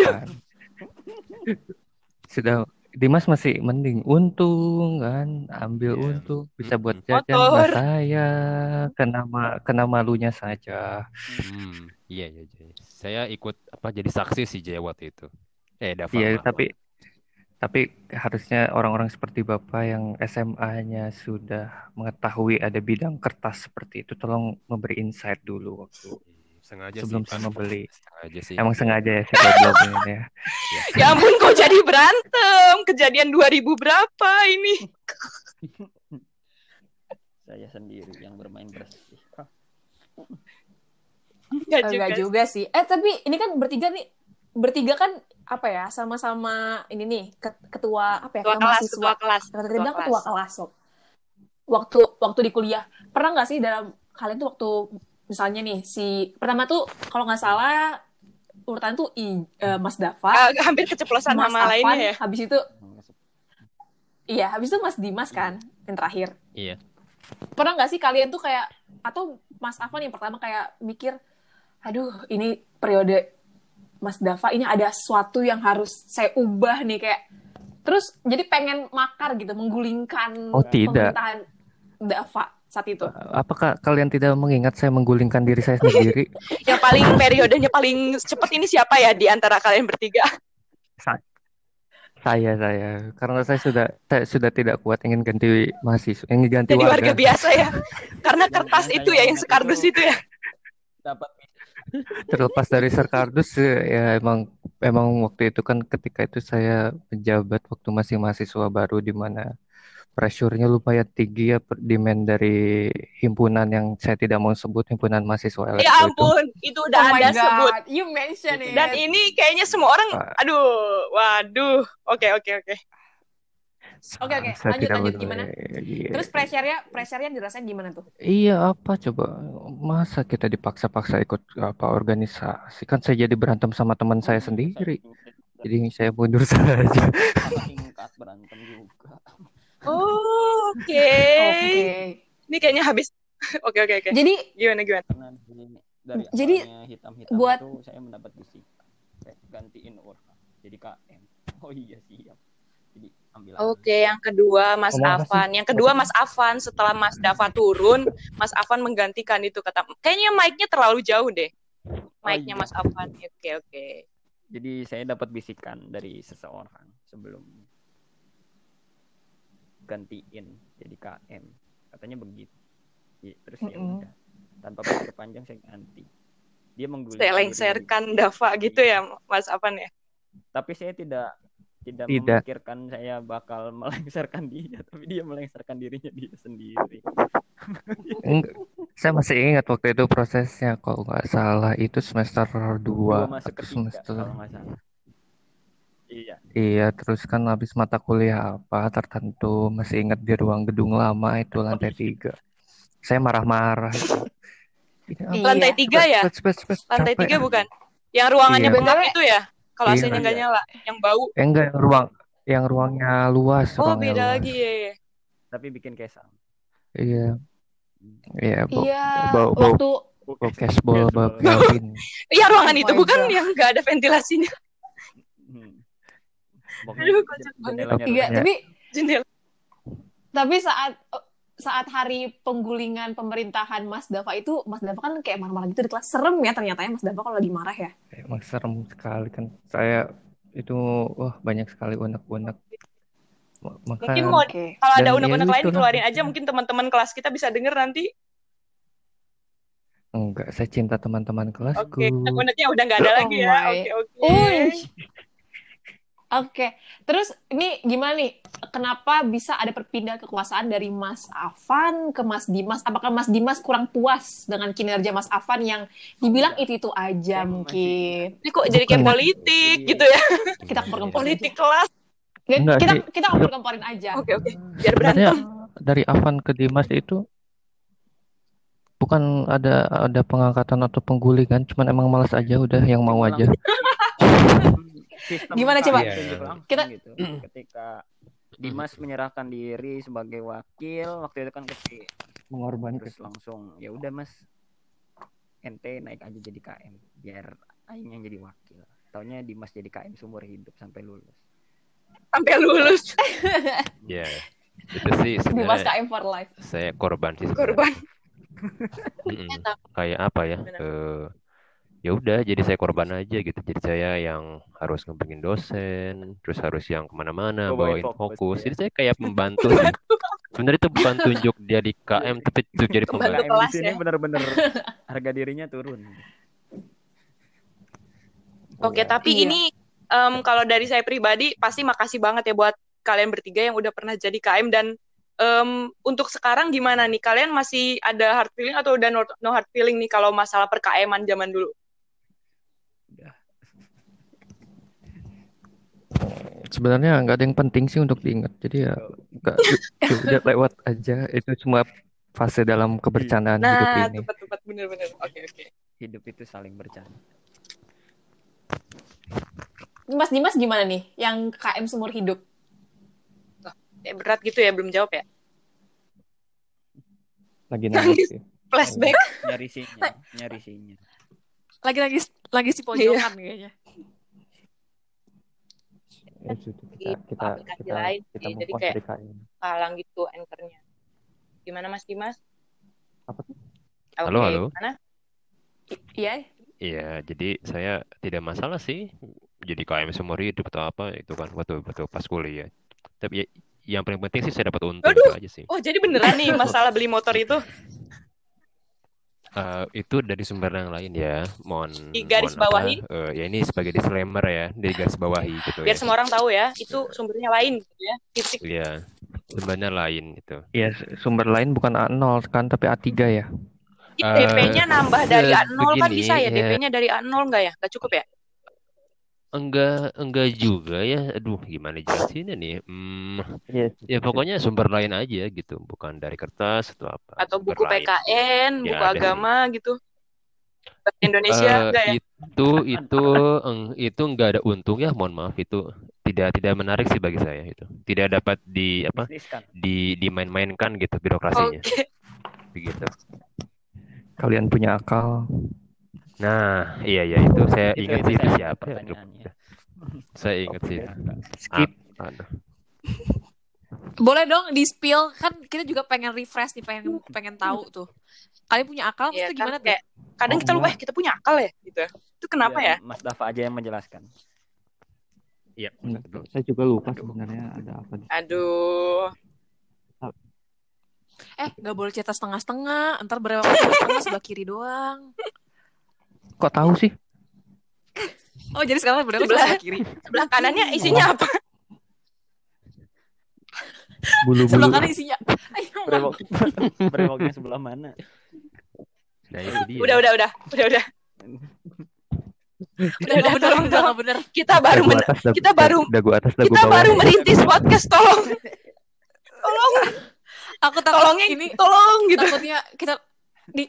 Sudah Dimas masih mending untung kan, ambil Iya. untung bisa buat Mm-mm. jajan. Motor. Nah saya kena ma- kena malunya saja. Hmm, iya iya Jay. Saya ikut apa jadi saksi sih Jay waktu itu. Eh, Dava. Iya, maaf, tapi tapi harusnya orang-orang seperti Bapak yang S M A-nya sudah mengetahui ada bidang kertas seperti itu, tolong memberi insight dulu waktu maaf. Sengaja sebelum sih, saya Pak. membeli. Sengaja sih. Emang sengaja ya si goblok ini ya. Ya ampun, kok jadi berantem? Kejadian dua ribu berapa ini? Saya sendiri yang bermain bersih. Hah, Enggak juga. Enggak juga sih. Eh tapi ini kan bertiga nih bertiga kan apa ya, sama-sama ini nih ketua apa ya, ketua kelas, mahasiswa. ketua kelas. Ketua, ketua, ketua kelas. Waktu waktu di kuliah, pernah nggak sih dalam kalian tuh waktu misalnya nih si pertama tuh kalau nggak salah urutan tuh i, uh, Mas Dava, uh, hampir keceplosan Mas nama Afan, lainnya ya. Habis itu, iya habis itu Mas Dimas kan yang terakhir. Iya. Pernah nggak sih kalian tuh kayak atau Mas Afan yang pertama kayak mikir, aduh ini periode Mas Dava ini ada sesuatu yang harus saya ubah nih kayak, terus jadi pengen makar gitu, menggulingkan Oh, tidak. pemerintahan Dava saat itu. Apakah kalian tidak mengingat saya menggulingkan diri saya sendiri? Yang paling periodenya paling cepat ini siapa ya di antara kalian bertiga? Sa- saya saya karena saya sudah saya sudah tidak kuat ingin ganti mahasiswa, ingin ganti Jadi warga. warga biasa ya. Karena kertas Yang itu saya ya, yang ingat sekardus itu- itu ya. Dapat Terlepas dari serkardus ya emang emang waktu itu kan ketika itu saya menjabat waktu masih mahasiswa baru di mana pressure-nya lumayan tinggi ya, per- demand dari himpunan yang saya tidak mau sebut, himpunan mahasiswa Ya elektro itu. ampun, itu udah Oh my Anda God, sebut. you mention it. Dan ini kayaknya semua orang, Pak. aduh, waduh. Oke, oke, oke. Oke, oke. Saya Lanjut, tidak lanjut. boleh- Gimana? Iya. Terus pressure-nya, pressure-nya dirasain gimana tuh? Iya, apa coba, masa kita dipaksa-paksa ikut apa organisasi, kan saya jadi berantem sama teman saya sendiri, jadi saya mundur saja. Sama tingkat berantem juga. Oh, oke. Oke. Ini kayaknya habis. Oke, oke, oke. Jadi, Gimana, gimana? Karena di- dari Jadi, awalnya hitam-hitam buat- itu saya mendapat bisikan saya gantiin Urfa jadi K M. Oh iya siap. Jadi ambil alih. Oke, yang kedua Mas Ngomong apa sih? Afan. Yang kedua Mas Afan, setelah Mas Dava turun, Mas Afan menggantikan itu kata. Kayaknya mic-nya terlalu jauh deh. Mic-nya iya. Mas Afan. Oke, oke. Jadi saya dapat bisikan dari seseorang sebelum gantiin jadi K M. Katanya begitu. Ya, terus ya Mm-mm. udah. Tanpa pikir panjang saya ganti. Dia mengguling. Saya lengserkan Dava gitu ya, Mas Afan ya. Tapi saya tidak tidak, Tidak. memikirkan saya bakal melengsarkan dia, tapi dia melengsarkan dirinya dia sendiri. Enggak, saya masih ingat waktu itu prosesnya, kalau nggak salah itu semester dua Dua masuk atau ketiga semester. kalau nggak salah. Iya. Iya, terus kan habis mata kuliah apa tertentu, masih ingat di ruang gedung lama itu lantai tiga. Saya marah-marah. Ini apa? Iya. Lantai tiga ya? Spet, spet, spet, Lantai capek. tiga bukan? Yang ruangannya Iya. pengap itu ya? Kalau Iya. A C-nya nggak nyala, yang bau. Eh, enggak, yang ruang yang ruangnya luas, Oh, ruangnya beda luas. lagi ya. ya. Tapi bikin kesam. Iya. Iya, bau, iya, bau, bau, waktu bau cashball, bau Cashball. Kelvin. Iya, ruangan Oh itu my bukan God. yang nggak ada ventilasinya. Hmm. Aduh, kocak banget. jendelanya iya, rusak. tapi Jendela. tapi saat saat hari penggulingan pemerintahan Mas Dava itu, Mas Dava kan kayak marah-marah gitu di kelas. Serem ya ternyata ya Mas Dava kalau lagi marah ya. Emang serem sekali kan. Saya itu wah banyak sekali unek-unek. Ma- Maka Mungkin mau Oke. kalau ada Dan unek-unek ya lain itulah. keluarin aja, mungkin teman-teman kelas kita bisa denger nanti. enggak, saya cinta teman-teman kelasku. Oke, unek-uneknya udah nggak ada Oh lagi ya. my. Oke, oke. Unj. Oke, terus ini gimana nih? Kenapa bisa ada perpindahan kekuasaan dari Mas Afan ke Mas Dimas? Apakah Mas Dimas kurang puas dengan kinerja Mas Afan yang dibilang Enggak. itu-itu aja Saya mungkin? Ini kok jadi kayak Bukan. politik Jadi- gitu ya? Kita komporin Politik kelas. Nggak, Enggak kita sih. kita kompor-komporin aja. Oke, oke. Biar Sebenarnya berantem. dari Avan ke Dimas itu bukan ada ada pengangkatan atau penggulingan, cuman emang malas aja udah yang mau aja. Sistem Gimana, K M coba? tunjuk langsung Kita- gitu. Ketika Dimas menyerahkan diri sebagai wakil, waktu itu kan kecil, Mengorbankan. terus langsung ya udah Mas, ente naik aja jadi K M biar aing yang jadi wakil. Taunya Dimas jadi K M seumur hidup sampai lulus. Sampai lulus. Ya, itu sih Dimas sebenarnya K M for life. saya korban sih. sebenarnya. Korban. Mm-mm. Ternyata. Kayak apa ya? Benar. Eh, ya udah, jadi saya korban aja gitu. Jadi saya yang harus ngebimbing dosen, terus harus yang kemana-mana Oh, bawain bawain fokus, fokus. ya. Jadi saya kayak pembantu sih. Sebenarnya itu bukan tunjuk dia di K M, tapi itu jadi Pembantu K pembantu. M di kelas sini ya. benar-benar harga dirinya turun. Oke, tapi Iya. ini em, kalau dari saya pribadi pasti makasih banget ya buat kalian bertiga yang udah pernah jadi K M dan em, untuk sekarang gimana nih? Kalian masih ada hard feeling atau udah no, no hard feeling nih kalau masalah per K M-an zaman dulu? Udah. Sebenarnya nggak ada yang penting sih untuk diingat. Jadi ya nggak ya udah lewat aja. Itu semua fase dalam kebercandaan hidup Nah, ini. tepat-tepat bener-bener. Oke, oke. Hidup itu saling bercanda. Mas Dimas gimana nih? Yang K M seumur hidup? Kayak berat gitu ya, belum jawab ya? Lagi nangis sih. Flashback. Nyari sinya, nyari sinya. Lagi-lagi lagi si pojokan kayaknya. Ya, sudah, Di kita kita aplikasi kita lain kita sih, move jadi on kayak dari K M. halang gitu anchornya. Gimana Mas Dimas? Apa tuh? Oke, Halo, halo. Gimana? Iya. Iya, jadi saya tidak masalah sih jadi K M seumur hidup atau apa itu kan waktu waktu pas kuliah. Tapi ya, yang paling penting sih saya dapat untung Aduh. itu aja sih. Oh, jadi beneran nih masalah beli motor itu? Eh, itu dari sumber yang lain ya. Mohon Di garis mohon apa, bawahi. eh, ya ini sebagai disclaimer ya, di garis bawahi gitu Biar ya. semua orang tahu ya, itu sumbernya lain gitu ya. Titik. Iya, sumbernya lain gitu. Iya, sumber lain bukan A nol kan, tapi A tiga ya. Ih, D P-nya nambah dari eh, A nol kan begini, bisa ya? ya. D P-nya dari A nol nggak ya? Nggak cukup ya? Enggak, enggak juga ya. Aduh, gimana jelasinnya nih? Hmm, Yes. ya pokoknya sumber lain aja gitu, bukan dari kertas atau apa. Atau sumber buku lain. P K N, Ya, buku ada agama gitu. Bahasa Indonesia Eh, enggak ya? itu itu eng- itu enggak ada untung ya, mohon maaf itu tidak tidak menarik sih bagi saya itu. Tidak dapat di apa? Bisnis kan. di dimain-mainkan gitu birokrasinya. Oke. Begitu. Kalian punya akal. Nah, iya ya itu saya Itu ingat itu sih itu saya siapa ya? Aduh, pertanyaannya. saya ingat sih. Skip. Ah, aduh. Boleh dong di spill, kan kita juga pengen refresh nih, pengen pengen tahu tuh. Kalian punya akal Iya maksudnya kan gimana tuh? kayak kadang Oh, kita lupa, enggak. eh kita punya akal ya gitu. Itu kenapa Biar ya? Mas Dafa aja yang menjelaskan. Iya, Enggak, betul. saya juga lupa Aduh. sebenarnya ada apa di situ. Aduh. Eh, nggak boleh cetak setengah-setengah. Ntar berapa setengah sebelah kiri doang. Kok tahu sih? Oh, jadi sekarang berapa Sebelah- sebelah kiri? Sebelah kanannya isinya apa? Bulu-bulu. Sebelah kanan isinya. Ayo, Brewok, brewoknya sebelah mana? Nah, itu dia. Udah, udah, udah. Udah, udah. udah nggak bener, tolong, udah tolong. nggak bener. Kita baru Dagu men- atas, dagu, kita baru dagu atas, dagu kita bawah. baru merintis podcast, tolong. Tolong, Aku takut tolongnya ini, tolong gitu. takutnya kita di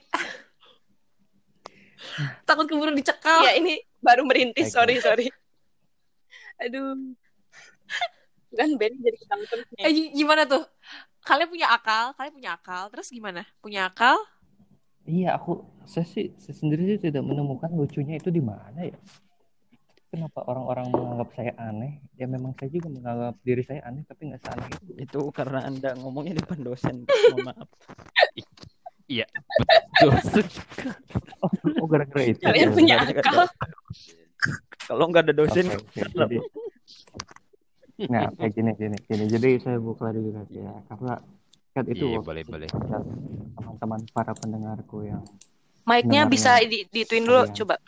takut keburu dicekal. Ya ini baru merintis, Baik, sorry, sorry. Aduh. Kan Ben jadi ketemu terus nih. Eh, gi- gimana tuh? Kalian punya akal, kalian punya akal. Terus gimana? Punya akal? Iya, aku saya sih saya sendiri sih tidak menemukan lucunya itu di mana ya. Kenapa orang-orang menganggap saya aneh? Ya memang saya juga menganggap diri saya aneh, tapi nggak seaneh itu. Itu karena Anda ngomongnya di depan dosen. Mohon maaf. Iya, betul. Oh, oh gara-gara itu. Kalian ya. punya Nggak ada- akal. Kalau nggak ada dosen, Oke, oke. Jadi, nah kayak gini gini gini. Jadi saya buka klarifikasi ya, karena kan itu Iya, waktu boleh, itu boleh. dan teman-teman para pendengarku yang Mic-nya Dengarnya. bisa di dituin dulu, Kalian. coba.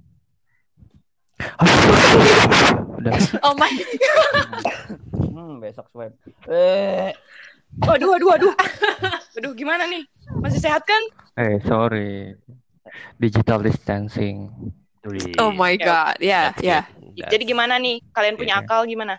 udah Oh my. hmm, besok swab. Eh, Waduh, waduh, waduh. Waduh, gimana nih? Masih sehat kan? eh sorry digital distancing. Oh my god. Ya, ya. Jadi gimana nih? Kalian punya Iya. akal gimana?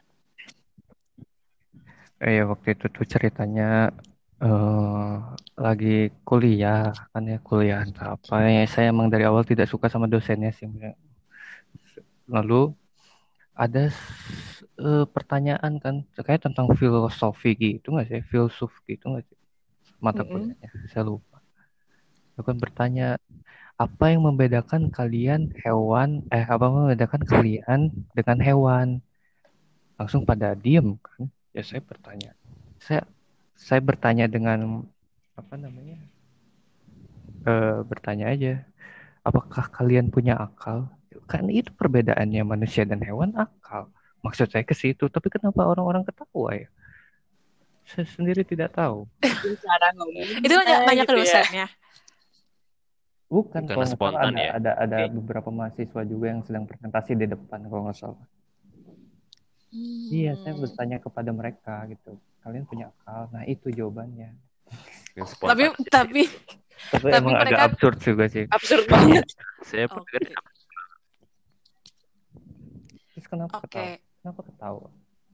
Eh waktu itu tuh ceritanya eh lagi kuliah kan ya kuliah entah apa ya, saya emang dari awal tidak suka sama dosennya sih. Lalu ada s- eh, pertanyaan kan kayak tentang filosofi gitu nggak sih, filsuf gitu nggak sih mata Mm-mm. kuliahnya, saya lupa. Aku kan bertanya apa yang membedakan kalian hewan eh apa yang membedakan kalian dengan hewan. Langsung pada diem kan. Ya saya bertanya. Saya saya bertanya dengan apa namanya? Eh bertanya aja. Apakah kalian punya akal? Kan itu perbedaannya manusia dan hewan, akal. Maksud saya ke situ, tapi kenapa orang-orang ketawa ya? Saya sendiri tidak tahu. Cara ngomong. Itu nanya, nanya ke gitu ya. dosennya. Bukan, Karena kalau nggak salah spontan ada, ya? ada ada Oke. beberapa mahasiswa juga yang sedang presentasi di depan kalau nggak salah. Iya, saya bertanya kepada mereka gitu. Kalian punya akal? Nah itu jawabannya. Yang Tapi spontan. tapi Tapi, Tapi emang mereka- agak absurd juga sih. Absurd banget. Saya oke. pikir Terus kenapa Oke. ketawa? Kenapa ketawa?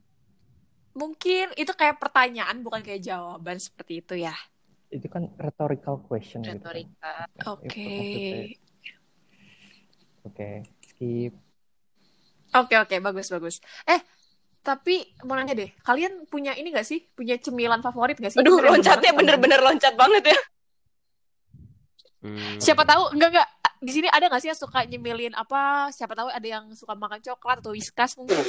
mungkin itu kayak pertanyaan bukan kayak jawaban seperti itu ya. Itu kan rhetorical question gitu. Retorika. Oke. Itu Oke, skip. Oke oke bagus bagus. Eh tapi mau nanya deh, kalian punya ini gak sih? Punya cemilan favorit gak sih? Aduh, Bener yang loncatnya bener- bener-bener loncat banget ya. Hmm. Siapa tahu enggak enggak di sini ada nggak sih yang suka nyemilin apa? Siapa tahu ada yang suka makan coklat atau Whiskas mungkin.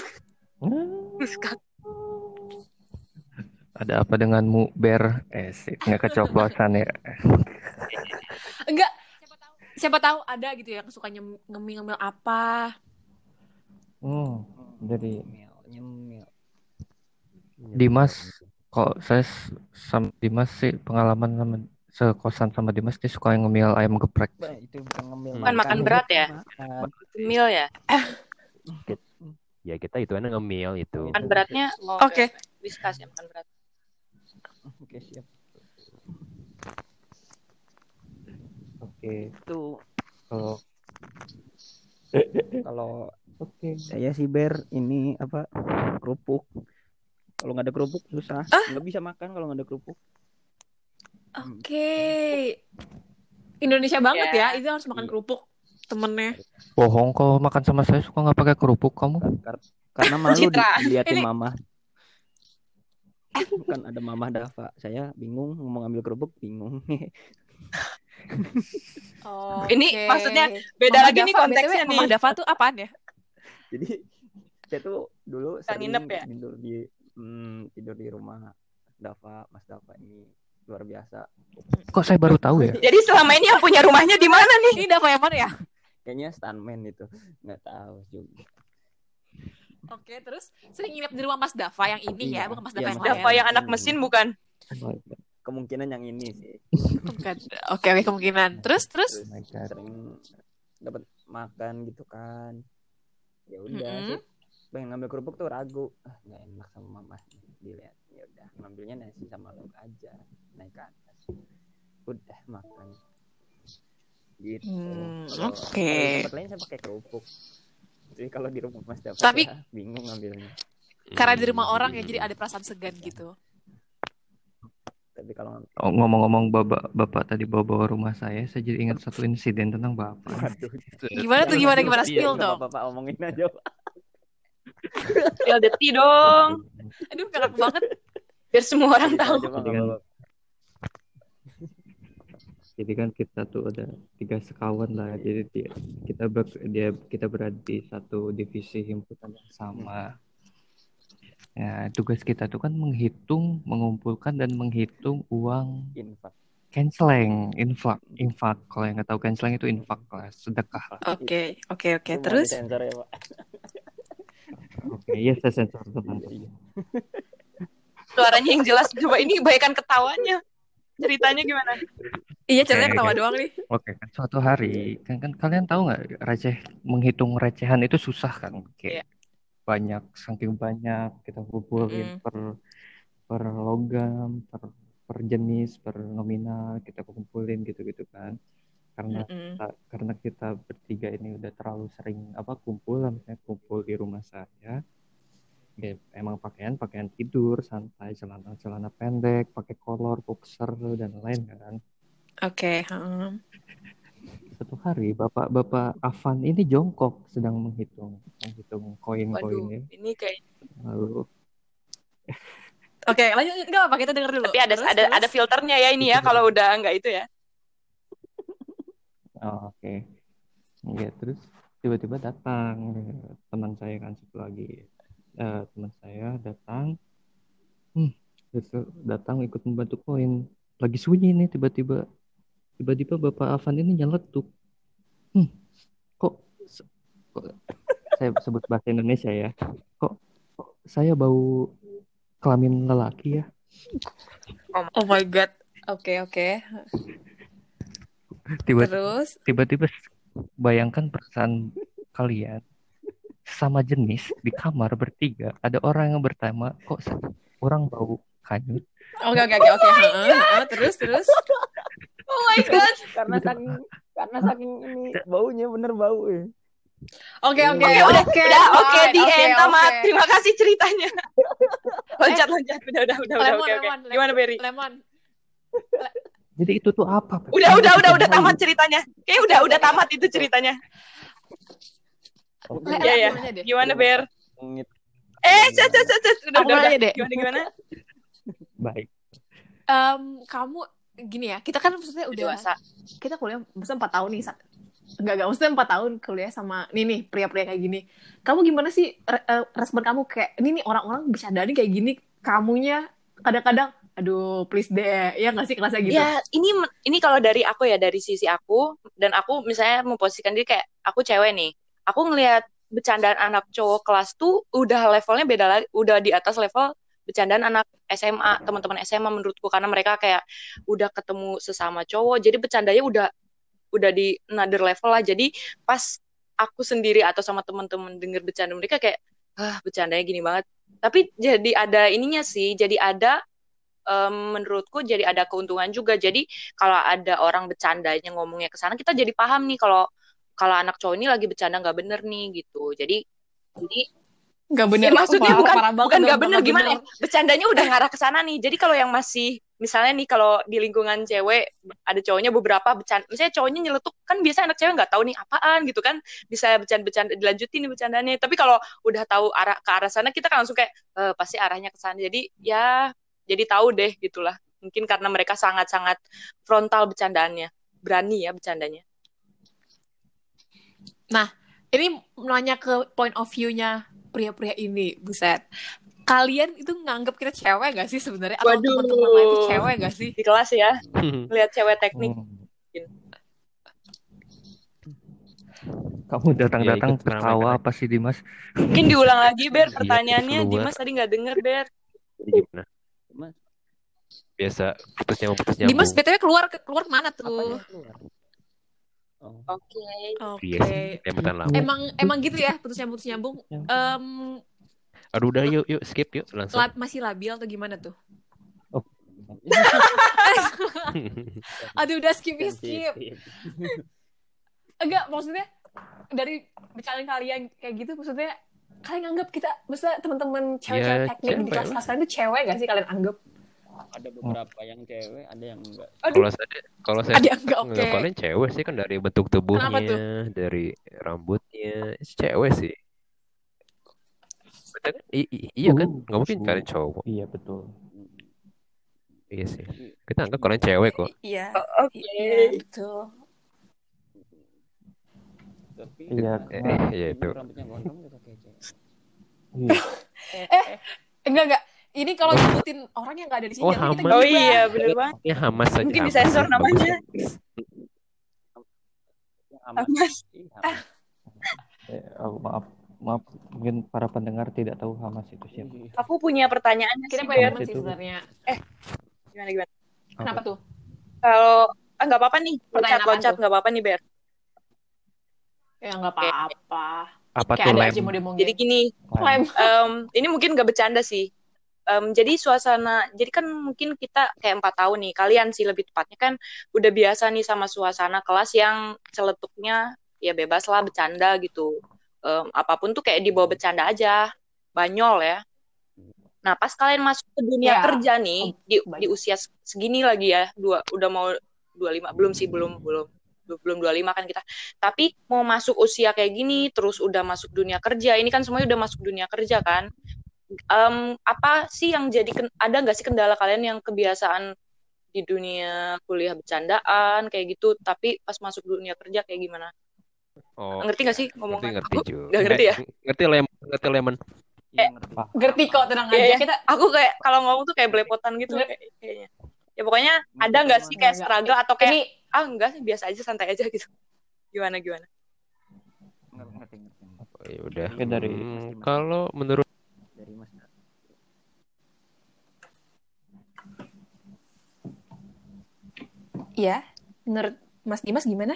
Ada apa denganmu, Ber? Eh, sih, nggak kecoplosan ya. Enggak. Siapa tahu ada gitu yang suka nyem- ngemil-ngemil apa? Hmm, jadi Nyemil, nyemil. Dimas, kok saya s- sama Dimas sih pengalaman sama sekosan sama Dimas dia suka yang ngemil ayam geprek. Bah, itu bukan ngemil. Bukan makan berat ya? Makan. Mil ya. Ya kita itu kan ngemil itu. Makan beratnya. Oh, Oke. Whiskas ya makan berat. Oke, siap. Oke, Itu kalau kalau oke. saya sih Ber ini apa kerupuk. Kalau nggak ada kerupuk susah. Nggak bisa makan kalau nggak ada kerupuk. Oke. Indonesia banget Ya. ya, itu harus makan Iya. kerupuk temennya. Bohong kalau makan sama saya suka nggak pakai kerupuk kamu. Kar- karena malu di- Citraan. diliatin Ini- mama. Kan ada mama Dava. Saya bingung mau ngambil kerupuk bingung. Oh. Ini maksudnya beda lagi nih konteksnya nih. Mama Dava tuh apaan ya? Jadi saya tuh dulu Yang sering nginep ya? tidur di hmm, tidur di rumah Dava, Mas Dava ini luar biasa. Kok saya baru tahu ya? Jadi selama ini yang punya rumahnya di mana nih? Ini Dava yang mana ya? Kayaknya stuntman itu, nggak tahu juga. Oke, terus sering nginep di rumah Mas Dava yang ini Iya, ya, bukan Mas iya, Dava yang Mas lain. Dava yang anak mesin bukan? Kemungkinan yang ini sih. Bukan. Oke, oke kemungkinan. Terus terus Terus Oh my God. sering dapat makan gitu kan. Ya udah Mm-mm. sih. Pengen ngambil kerupuk tuh ragu. Ah, nggak enak sama mama dilihat. Ya udah, ngambilnya nasi sama lauk aja. Naik ke atas. Udah makan. Gitu. Hmm, Kalau- oke. kalau di tempat lain saya pakai kerupuk. Jadi kalau di rumah Mas Dava Tapi- saya bingung ngambilnya. karena di rumah orang ya, jadi ada perasaan segan gitu. Tapi kalau Oh, ngomong-ngomong bapak bapak tadi bawa-bawa rumah saya, saya jadi ingat satu insiden tentang bapak. waduh. Gimana tuh gimana gimana Iya, spill Nggak dong. apa-apa, omongin aja. Spill the tea dong. Aduh galak banget. Biar semua orang Cerita tahu. aja, Bang, Jadi nggak kan- apa-apa. Jadi kan kita tuh ada tiga sekawan lah. Jadi dia, kita ber, dia kita berada di satu divisi himpunan yang sama. Ya, tugas kita tuh kan menghitung, mengumpulkan dan menghitung uang Infak. canceling, infak, infak. Kalau yang nggak tahu canceling itu infak lah, sedekah lah. Oke, oke, oke. Itu mau Terus disensor ya, Pak. Oke, iya saya sensor tenang. Iya. Suaranya yang jelas. Coba ini bayangkan ketawanya. Ceritanya gimana? iya ceritanya Oke, ketawa oke. doang nih. Oke, kan suatu hari kan, kan kalian tahu nggak receh menghitung recehan itu susah kan? Kayak banyak, saking banyak kita kumpulin Mm-mm. per per logam, per per jenis, per nominal kita kumpulin gitu-gitu kan. Karena Mm-mm. kita, karena kita bertiga ini udah terlalu sering apa kumpul, misalnya kumpul di rumah saya. Ya, emang pakaian pakaian tidur santai, celana celana pendek, pakai kolor, boxer dan lain kan. Oke, heeh. Suatu hari bapak-bapak Afan ini jongkok sedang menghitung menghitung Waduh, koin-koinnya. ini kayak. Lalu Oke, lanjut enggak apa kita denger dulu. Tapi ada Terus, ada terus. ada filternya ya ini ya kalau udah enggak itu ya. oh, oke. Ya, terus tiba-tiba datang eh, teman saya kan satu lagi. Eh, teman saya datang. Hmm, terus datang ikut membantu koin. Lagi sunyi nih tiba-tiba tiba-tiba Bapak Afan ini nyeletuk. Hmm, kok, kok saya sebut bahasa Indonesia ya. Kok, kok saya bau kelamin lelaki ya? Oh my god. Oke, oke. Tiba, Terus tiba-tiba bayangkan perasaan kalian sama jenis di kamar bertiga. Ada orang yang bertanya, kok sa- orang bau kanyut? oke oke oke oke. Heeh, heeh. Terus terus. Oh my god. Karena saking karena saking ini baunya bener bau ya. Oke oke Oke, udah, oke. udah, oke, fine. di Oke, end, tamat. oke. Terima kasih ceritanya. loncat loncat udah udah udah udah Lemon, oke oke. lemon, Gimana Berry? Lemon. Jadi itu tuh apa? Pep? Udah udah Aku udah jadi udah malu. tamat ceritanya. Kayak udah udah tamat itu ceritanya. Oke. Le, Iya le, ya. aku nanya deh. Gimana Ber? Ngit. Eh, cet cet cet cet. Udah Aku udah nanya udah. deh. Gimana gimana? Baik. Em, kamu gini ya, kita kan maksudnya udah Dewasa. kita kuliah maksudnya empat tahun nih. Sa- Enggak, enggak, maksudnya empat tahun kuliah sama nih nih pria-pria kayak gini. Kamu gimana sih re- eh, respon kamu kayak ini nih orang-orang bercandaan kayak gini, kamunya kadang-kadang aduh please deh, ya nggak sih kelasnya gitu. Ya, ini ini kalau dari aku ya, dari sisi aku, dan aku misalnya memposisikan diri kayak aku cewek nih. Aku ngelihat bercandaan anak cowok kelas tuh udah levelnya beda lagi, udah di atas level bercandaan anak S M A, teman-teman S M A menurutku, karena mereka kayak udah ketemu sesama cowok. Jadi bercandanya udah udah di another level lah. Jadi pas aku sendiri atau sama teman-teman denger bercanda mereka kayak ah bercandanya gini banget. Tapi jadi ada ininya sih, jadi ada um, menurutku jadi ada keuntungan juga. Jadi kalau ada orang bercandanya ngomongnya ke sana, kita jadi paham nih kalau kalau anak cowok ini lagi bercanda nggak bener nih gitu. Jadi jadi Nggak ya, bener. maksudnya Wah, bukan parah banget bukan dong, nggak bener nggak gimana bener. ya? Bercandanya udah ngarah ke sana nih. Jadi kalau yang masih misalnya nih kalau di lingkungan cewek ada cowoknya beberapa bercanda, misalnya cowoknya nyeletuk kan biasa anak cewek nggak tahu nih apaan gitu kan, bisa bercanda-bercanda dilanjutin nih bercandanya. Tapi kalau udah tahu arah ke arah sana kita kan langsung kayak eh, pasti arahnya ke sana. Jadi ya jadi tahu deh gitulah. Mungkin karena mereka sangat-sangat frontal bercandaannya, berani ya bercandanya. Nah, ini nanya ke point of view-nya pria-pria ini, buset. Kalian itu nganggap kita cewek gak sih sebenarnya? Atau Waduh. teman-teman lain itu cewek gak sih? Di kelas ya, lihat cewek teknik. Hmm. Kamu datang-datang Ya, ikut ketawa ramai-ramai. apa sih Dimas? Mungkin diulang lagi Ber Iya, pertanyaannya. keluar. Dimas tadi nggak denger Ber. Jadi gimana? Mas, Biasa putus nyambung putus nyambung. Dimas B T W keluar keluar kemana tuh? apanya keluar? Oh. Oke. Oke. Iya sih, yang bertahan lama. Emang emang gitu ya, putus nyambung putus nyambung. Em, Aduh udah yuk yuk skip yuk langsung. la- masih labil atau gimana tuh? Aduh udah skip ya, skip. Enggak, maksudnya dari bercandaan kalian kayak gitu, maksudnya kalian anggap kita, maksudnya teman-teman cewek-cewek Ya, teknik di cewek kelas-kelas kalian tuh cewek gak sih kalian anggap? Ada beberapa yang cewek, ada yang enggak. Kalau saya kalau saya Ada yang enggak, oke. nggak paling cewek sih kan dari bentuk tubuhnya, Kenapa tuh? dari rambutnya, cewek sih. Betul kan? I- i- iya kan? Uh, Nggak mungkin uh. kalian cowok. Iya betul. Iya sih. Kita anggap kalian cewek kok. Iya. Oke. Iya, betul. Tapi Iya, Eh, karena iya itu. emang rambutnya gondrong juga kayak cewek. iya. Eh, enggak enggak. Ini kalau nyebutin orang yang enggak ada di sini, Oh, jadi kita Hamas. Oh gibah. iya bener banget. Ya Hamas saja. Mungkin Hamas. disensor Bagus. namanya. Yang Hamas. Hamas. Ih, Hamas. Eh, oh, maaf, maaf. Mungkin para pendengar tidak tahu Hamas itu siapa. Aku punya pertanyaan Kita sih punya Ber. teman sih Itu. sebenarnya. Gimana gimana? Kenapa tuh? Kalau ah, nggak apa-apa nih, Pertanyaan apaan loncat-loncat tuh? nggak apa-apa nih Ber. Ya enggak apa-apa. Apa Kayak tuh ada lem? aja mau demongin. Jadi gini, Lem. em, ini mungkin nggak bercanda sih. Em, jadi suasana, jadi kan mungkin kita kayak empat tahun nih, kalian sih lebih tepatnya kan udah biasa nih sama suasana kelas yang celetuknya ya bebas lah bercanda gitu. Em, apapun tuh kayak dibawa bercanda aja, banyol ya. Nah pas kalian masuk ke dunia Ya. kerja nih di, Banyak. di usia segini lagi ya, dua udah mau dua puluh lima belum sih belum belum belum dua puluh lima kan kita. Tapi mau masuk usia kayak gini, terus udah masuk dunia kerja, ini kan semuanya udah masuk dunia kerja kan. Em, apa sih yang jadi ken- ada nggak sih kendala kalian yang kebiasaan di dunia kuliah bercandaan kayak gitu, tapi pas masuk dunia kerja kayak gimana? Oh, Ngerti nggak sih ngerti ngomongan ngerti aku? juga. Nggak ngerti ya? Ngerti lemon, ngerti lemon. Iya, ngerti. Ngerti kok, tenang Iya, aja. iya. Kita Aku kayak kalau ngomong tuh kayak belepotan gitu Nggak. kayak- kayaknya. Ya pokoknya ada nggak sih kayak Nggak, nggak. struggle atau kayak ini ah enggak sih biasa aja santai aja gitu. Gimana gimana? Ngerti, ngerti, ngerti. Oh, ya udah. Oke, dari- Hmm, kalau menurut Dari Mas. ya, menurut Mas Dimas gimana?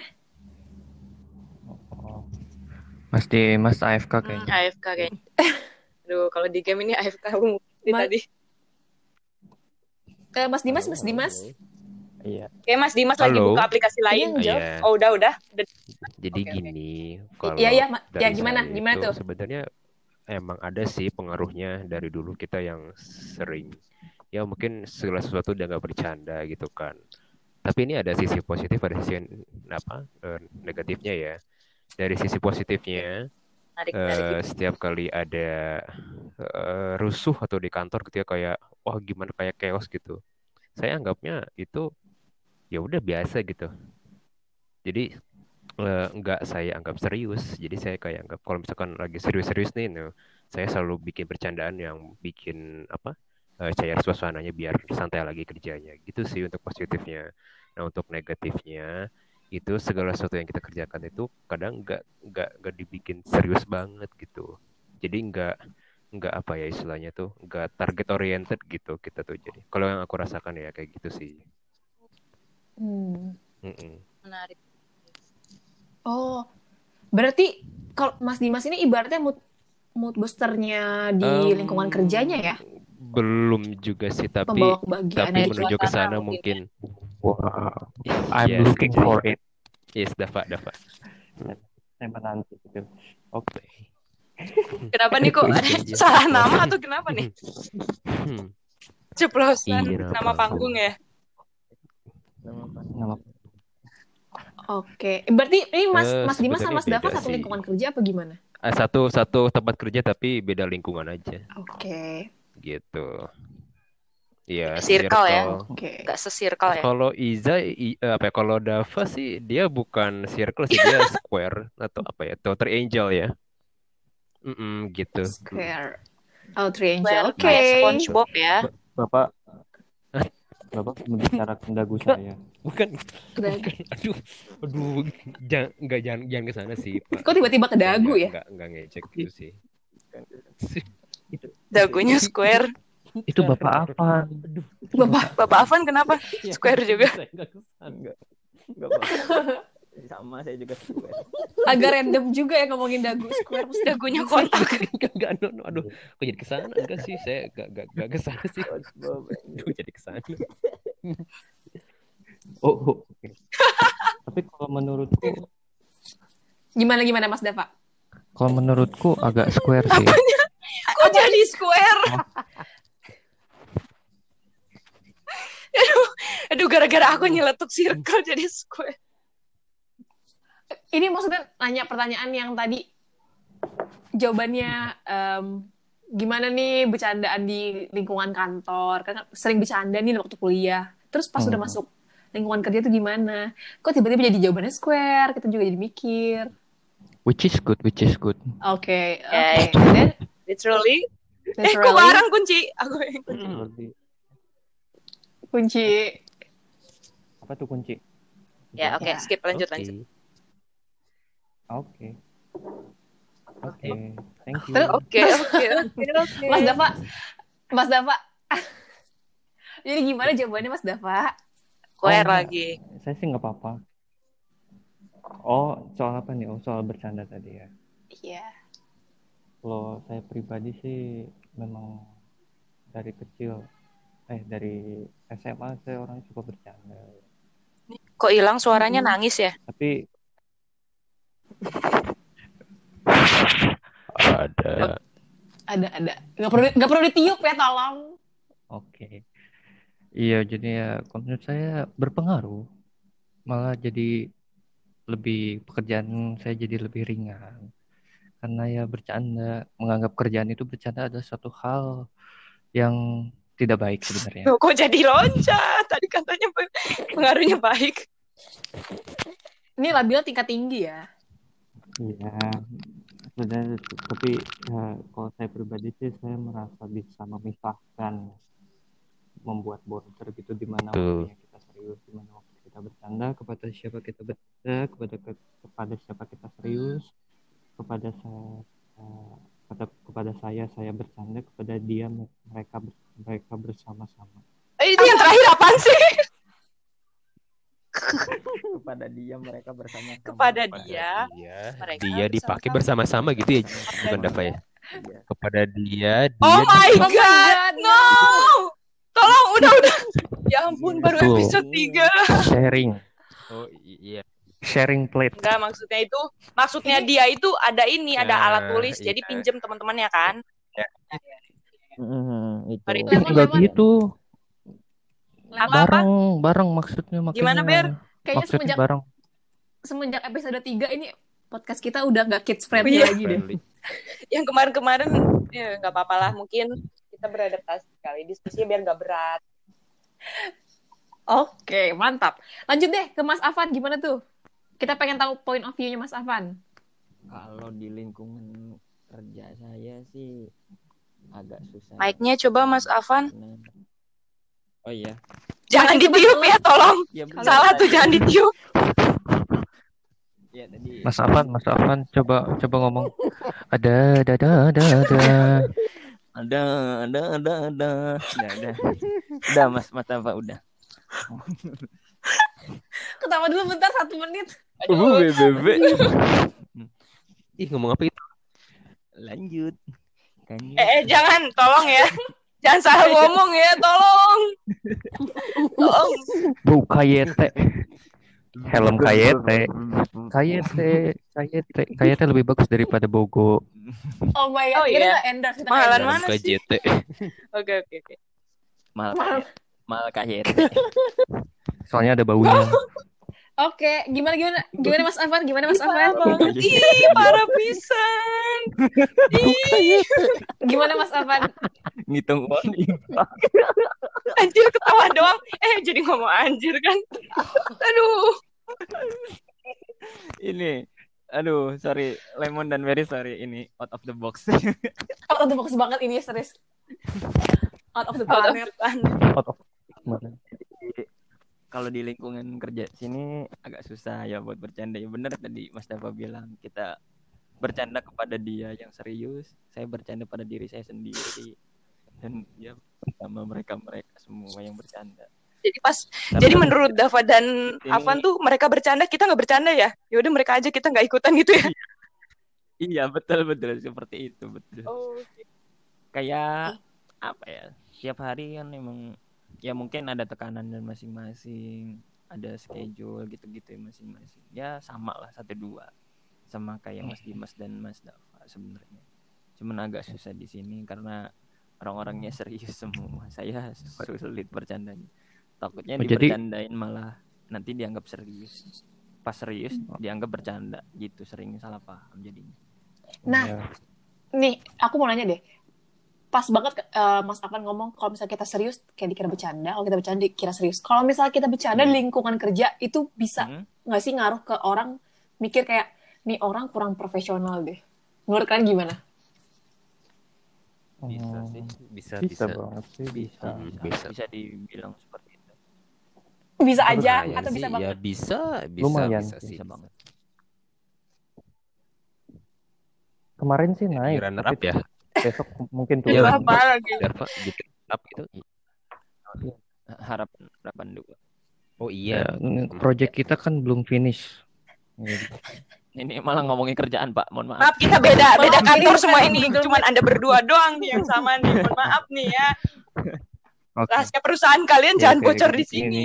Oh. Mas Dimas A F K Hmm, kayaknya. A F K kayaknya. Aduh, kalau di game ini A F K aku mungkin Ma- tadi. Eh, Mas Dimas, Mas Dimas. Iya. Kayak Mas Dimas lagi Halo. buka aplikasi Ini lain. yang jawab. Iya. Oh, udah udah. Udah. Jadi Oke, oke. gini, kalau Iya, iya, Ma- dari ya, gimana? saya Gimana itu tuh? sebenarnya emang ada sih pengaruhnya dari dulu kita yang sering ya mungkin segala sesuatu udah nggak bercanda gitu kan. Tapi ini ada sisi positif, ada sisi apa eh, negatifnya ya. Dari sisi positifnya, Menarik, eh, menarik. setiap kali ada eh, rusuh atau di kantor gitu ya kayak wah gimana kayak chaos gitu. Saya anggapnya itu ya udah biasa gitu. Jadi eh, nggak saya anggap serius. Jadi saya kayak anggap kalau misalkan lagi serius-serius nih, no, saya selalu bikin bercandaan yang bikin apa eh, cair suasananya biar santai lagi kerjanya. Gitu sih untuk positifnya. Nah untuk negatifnya itu segala sesuatu yang kita kerjakan itu kadang nggak nggak nggak dibikin serius banget gitu. Jadi nggak nggak apa ya istilahnya tuh nggak target oriented gitu kita tuh jadi. Kalau yang aku rasakan ya kayak gitu sih. Hmm. Mm-mm. Menarik. Oh, berarti kalau Mas Dimas ini ibaratnya mood mood boosternya di Em, lingkungan kerjanya ya? Belum juga sih, tapi Pembawa kebahagiaan tapi Dari menuju ke suasana sana mungkin mungkin. Wow, I'm Yes, looking jadi for it. yes, Dava, Dava. Saya menanti gitu. Oke. Kenapa nih kok Iya, ada iya. salah nama atau kenapa nih? Hmm, Ceplosan Iya, nama apa? panggung ya? Nama apa? Nama Oke, berarti ini Mas Eh, Mas Dimas sama sebenarnya Mas Dava beda satu sih. lingkungan kerja apa gimana? Eh, satu satu tempat kerja tapi beda lingkungan aja, Oke, gitu. Iya, Circle ya? circle. oke. Gak se-circle ya? Kalau Iza, i- eh, apa ya? Kalau Dava sih dia bukan circle sih, dia square atau apa ya? Atau triangle ya? Mm-mm, gitu. Mm. Square. Oh, triangle. Square Oke. kayak SpongeBob ya? Ba- Bapak Bapak membicarakan dagu saya. Bukan, Udah. bukan. Aduh, aduh, jangan, nggak jangan, jangan ke sana sih, Pak. Kok tiba-tiba ke Saya dagu nggak, ya? nggak, nggak ngecek gitu sih. Dagunya square. Itu Bapak apa? Aduh, Bapak. Bapak Afan kenapa? Square juga. Saya nggak kesana. Enggak. Enggak apa-apa. Sama saya juga square. Agak random juga ya ngomongin dagu square. Mesti Dagunya kotak. Enggak, enggak, no, no. Aduh, kok jadi kesana? Enggak sih, saya enggak, enggak, enggak kesana sih. SpongeBob. Aduh, jadi kesana. Oh, oh, oke. Tapi kalau menurutku, Gimana gimana Mas Dava? kalau menurutku agak square sih. Kok jadi square? aduh, aduh gara-gara aku nyeletuk circle jadi square. Ini maksudnya nanya pertanyaan yang tadi jawabannya em, gimana nih bercandaan di lingkungan kantor? Kan sering bercanda nih waktu kuliah. Terus pas udah Hmm. masuk lingkungan kerja tuh gimana? Kok tiba-tiba jadi jawabannya square? Kita juga jadi mikir. Which is good, which is good. Oke, oke. Ya, Dan Literally. Eh, kok literally barang kunci? Aku yang kunci. Lebih kunci. apa tuh kunci? Ya, oke, Ya. skip lanjut Oke. lanjut. Oke. Oke, thank you. Terus Oke, oke, oke, oke. Mas Dava, Mas Dava. Jadi gimana jawabannya Mas Dava? Square Oh, lagi. Saya sih nggak apa-apa. Oh, soal apa nih? Oh, soal bercanda tadi ya. Iya. Kalau saya pribadi sih memang dari kecil, eh dari S M A saya orang suka bercanda. Kok hilang suaranya Mm-mm. nangis ya? Tapi Ada. Ada ada. Gak perlu gak perlu ditiup ya tolong. oke. Iya, jadi ya kalau menurut saya berpengaruh. Malah jadi lebih pekerjaan saya jadi lebih ringan. Karena ya bercanda, menganggap kerjaan itu bercanda adalah suatu hal yang tidak baik sebenarnya. Loh, kok jadi loncat? Tadi katanya pengaruhnya baik. Ini labelnya tingkat tinggi ya. Iya, sebenarnya tapi ya, kalau saya pribadi sih saya merasa bisa memisahkan, membuat border gitu di mana Betul. waktunya kita serius, di mana waktu kita bercanda, kepada siapa kita bercanda, kepada ke- kepada siapa kita serius, kepada saya eh, kepada, kepada saya saya bercanda, kepada dia mereka mereka bersama-sama. Eh, itu yang terakhir apaan sih? Kepada dia mereka bersama. Kepada Kepada dia. dia, mereka dia dipakai bersama-sama. bersama-sama gitu ya, bukan Dava ya? Iya. Kepada dia, dia Oh my Oh my god, God, no! Tolong, udah, udah. Ya ampun, baru Betul. episode tiga. Sharing. Oh i- iya. sharing plate. Enggak, maksudnya itu maksudnya dia itu ada ini, ada Nah, alat tulis. iya. Jadi pinjem teman-temannya kan. Hmm, itu. Sorry, Ih, Lemon, nggak lemon. gitu. Lemon. Apa-apa? Bareng, bareng maksudnya makanya. Gimana, Ber? Kayaknya Maksudnya semenjak bareng. semenjak episode tiga ini podcast kita udah gak kids friendly Iya. lagi deh. Friendly. Yang kemarin-kemarin ya nggak apa-apa lah, mungkin kita beradaptasi kali, diskusinya biar nggak berat. Oke, mantap. Lanjut deh ke Mas Afan, gimana tuh? Kita pengen tahu point of view-nya Mas Afan. Kalau di lingkungan kerja saya sih agak susah. Mic-nya coba Mas Afan. Karena- Oh iya. Jangan Coba ditiup dulu. ya, tolong. Ya, benar Salah tuh, tadi. jangan ditiup. Ya tadi. Mas Afan, Mas Afan, coba coba ngomong. Ada, ada, ada, ada, ada. Ada, ada, ada, ada. Udah, udah. Udah, Mas, Mas apa udah. Ketawa dulu bentar satu menit. Aduh, bebe. Ih, ngomong apa itu? Lanjut. Kan Eh, eh, jangan, tolong ya. Jangan salah ngomong ya, tolong. Tolong. Bu kayete. Helm kayete. Kayete, kayete, kayete lebih bagus daripada Bogo. Oh my god, Oh, kita iya. nggak endorse, kita nggak Mahalan endorse. mana K sih? J T. Oke, oke, oke. mal Mal. mal kayet. Soalnya ada baunya. Oke, gimana gimana gimana Mas Afan? Gimana Mas Afan? Banget. Ih, parah pisan. Ih, Gimana Mas Afan? Ngitung uang. anjir ketawa doang. Eh, jadi ngomong anjir kan. Aduh. Ini aduh, sorry Lemon dan Mary, sorry ini out of the box. Out of the box banget ini serius. Out of the Out of planet. the planet. Out of- Mana? Kalau di lingkungan kerja sini agak susah ya buat bercanda. Ya benar tadi Mas Dava bilang, kita bercanda kepada dia yang serius, saya bercanda pada diri saya sendiri, dan ya sama mereka-mereka semua yang bercanda. Jadi pas Karena jadi menurut Dava dan ini- Afan tuh mereka bercanda, kita nggak bercanda ya. Ya udah mereka aja, kita nggak ikutan gitu ya. Iya, betul betul seperti itu, betul. Oh, Kayak apa ya? Tiap hari kan memang ya mungkin ada tekanan dan masing-masing, ada schedule gitu-gitu ya masing-masing. Ya sama lah satu dua sama kayak Mas Dimas dan Mas Dava sebenarnya. Cuman agak susah di sini karena orang-orangnya serius semua. Saya sulit bercandanya. Takutnya Oh, jadi- dibercandain malah nanti dianggap serius. Pas serius dianggap bercanda gitu, sering salah paham jadinya. Nah, Ya. nih aku mau nanya deh. Pas banget eh, Mas Afan ngomong kalau misalnya kita serius kayak dikira bercanda, kalau kita bercanda dikira serius. Kalau misalnya kita bercanda di lingkungan kerja itu bisa Hmm? nggak sih ngaruh ke orang mikir kayak nih orang kurang profesional deh. Menurut kalian gimana? Bisa Hmm, sih. Bisa, Bisa bisa. banget sih, Bisa, bisa. Hmm, bisa, bisa. bisa dibilang seperti itu. Bisa aja Lumayan atau sih, bisa ya banget? bisa, bisa, Lumayan bisa sih. sih. Bisa banget. Kemarin sih Jadi naik, runner tapi up ya. besok mungkin Iya, turun. apa lagi? Darva gitu up itu. Harapan harapan dua. Oh Ya, iya. project kita kan belum finish. Ini malah ngomongin kerjaan, Pak. Mohon maaf. Maaf, kita beda beda Maaf, kantor ini semua bukan ini. Google Cuman Anda berdua doang nih yang sama nih. Mohon maaf nih ya. Oke. Rahasia perusahaan kalian Ya, jangan oke. bocor di Ini- sini.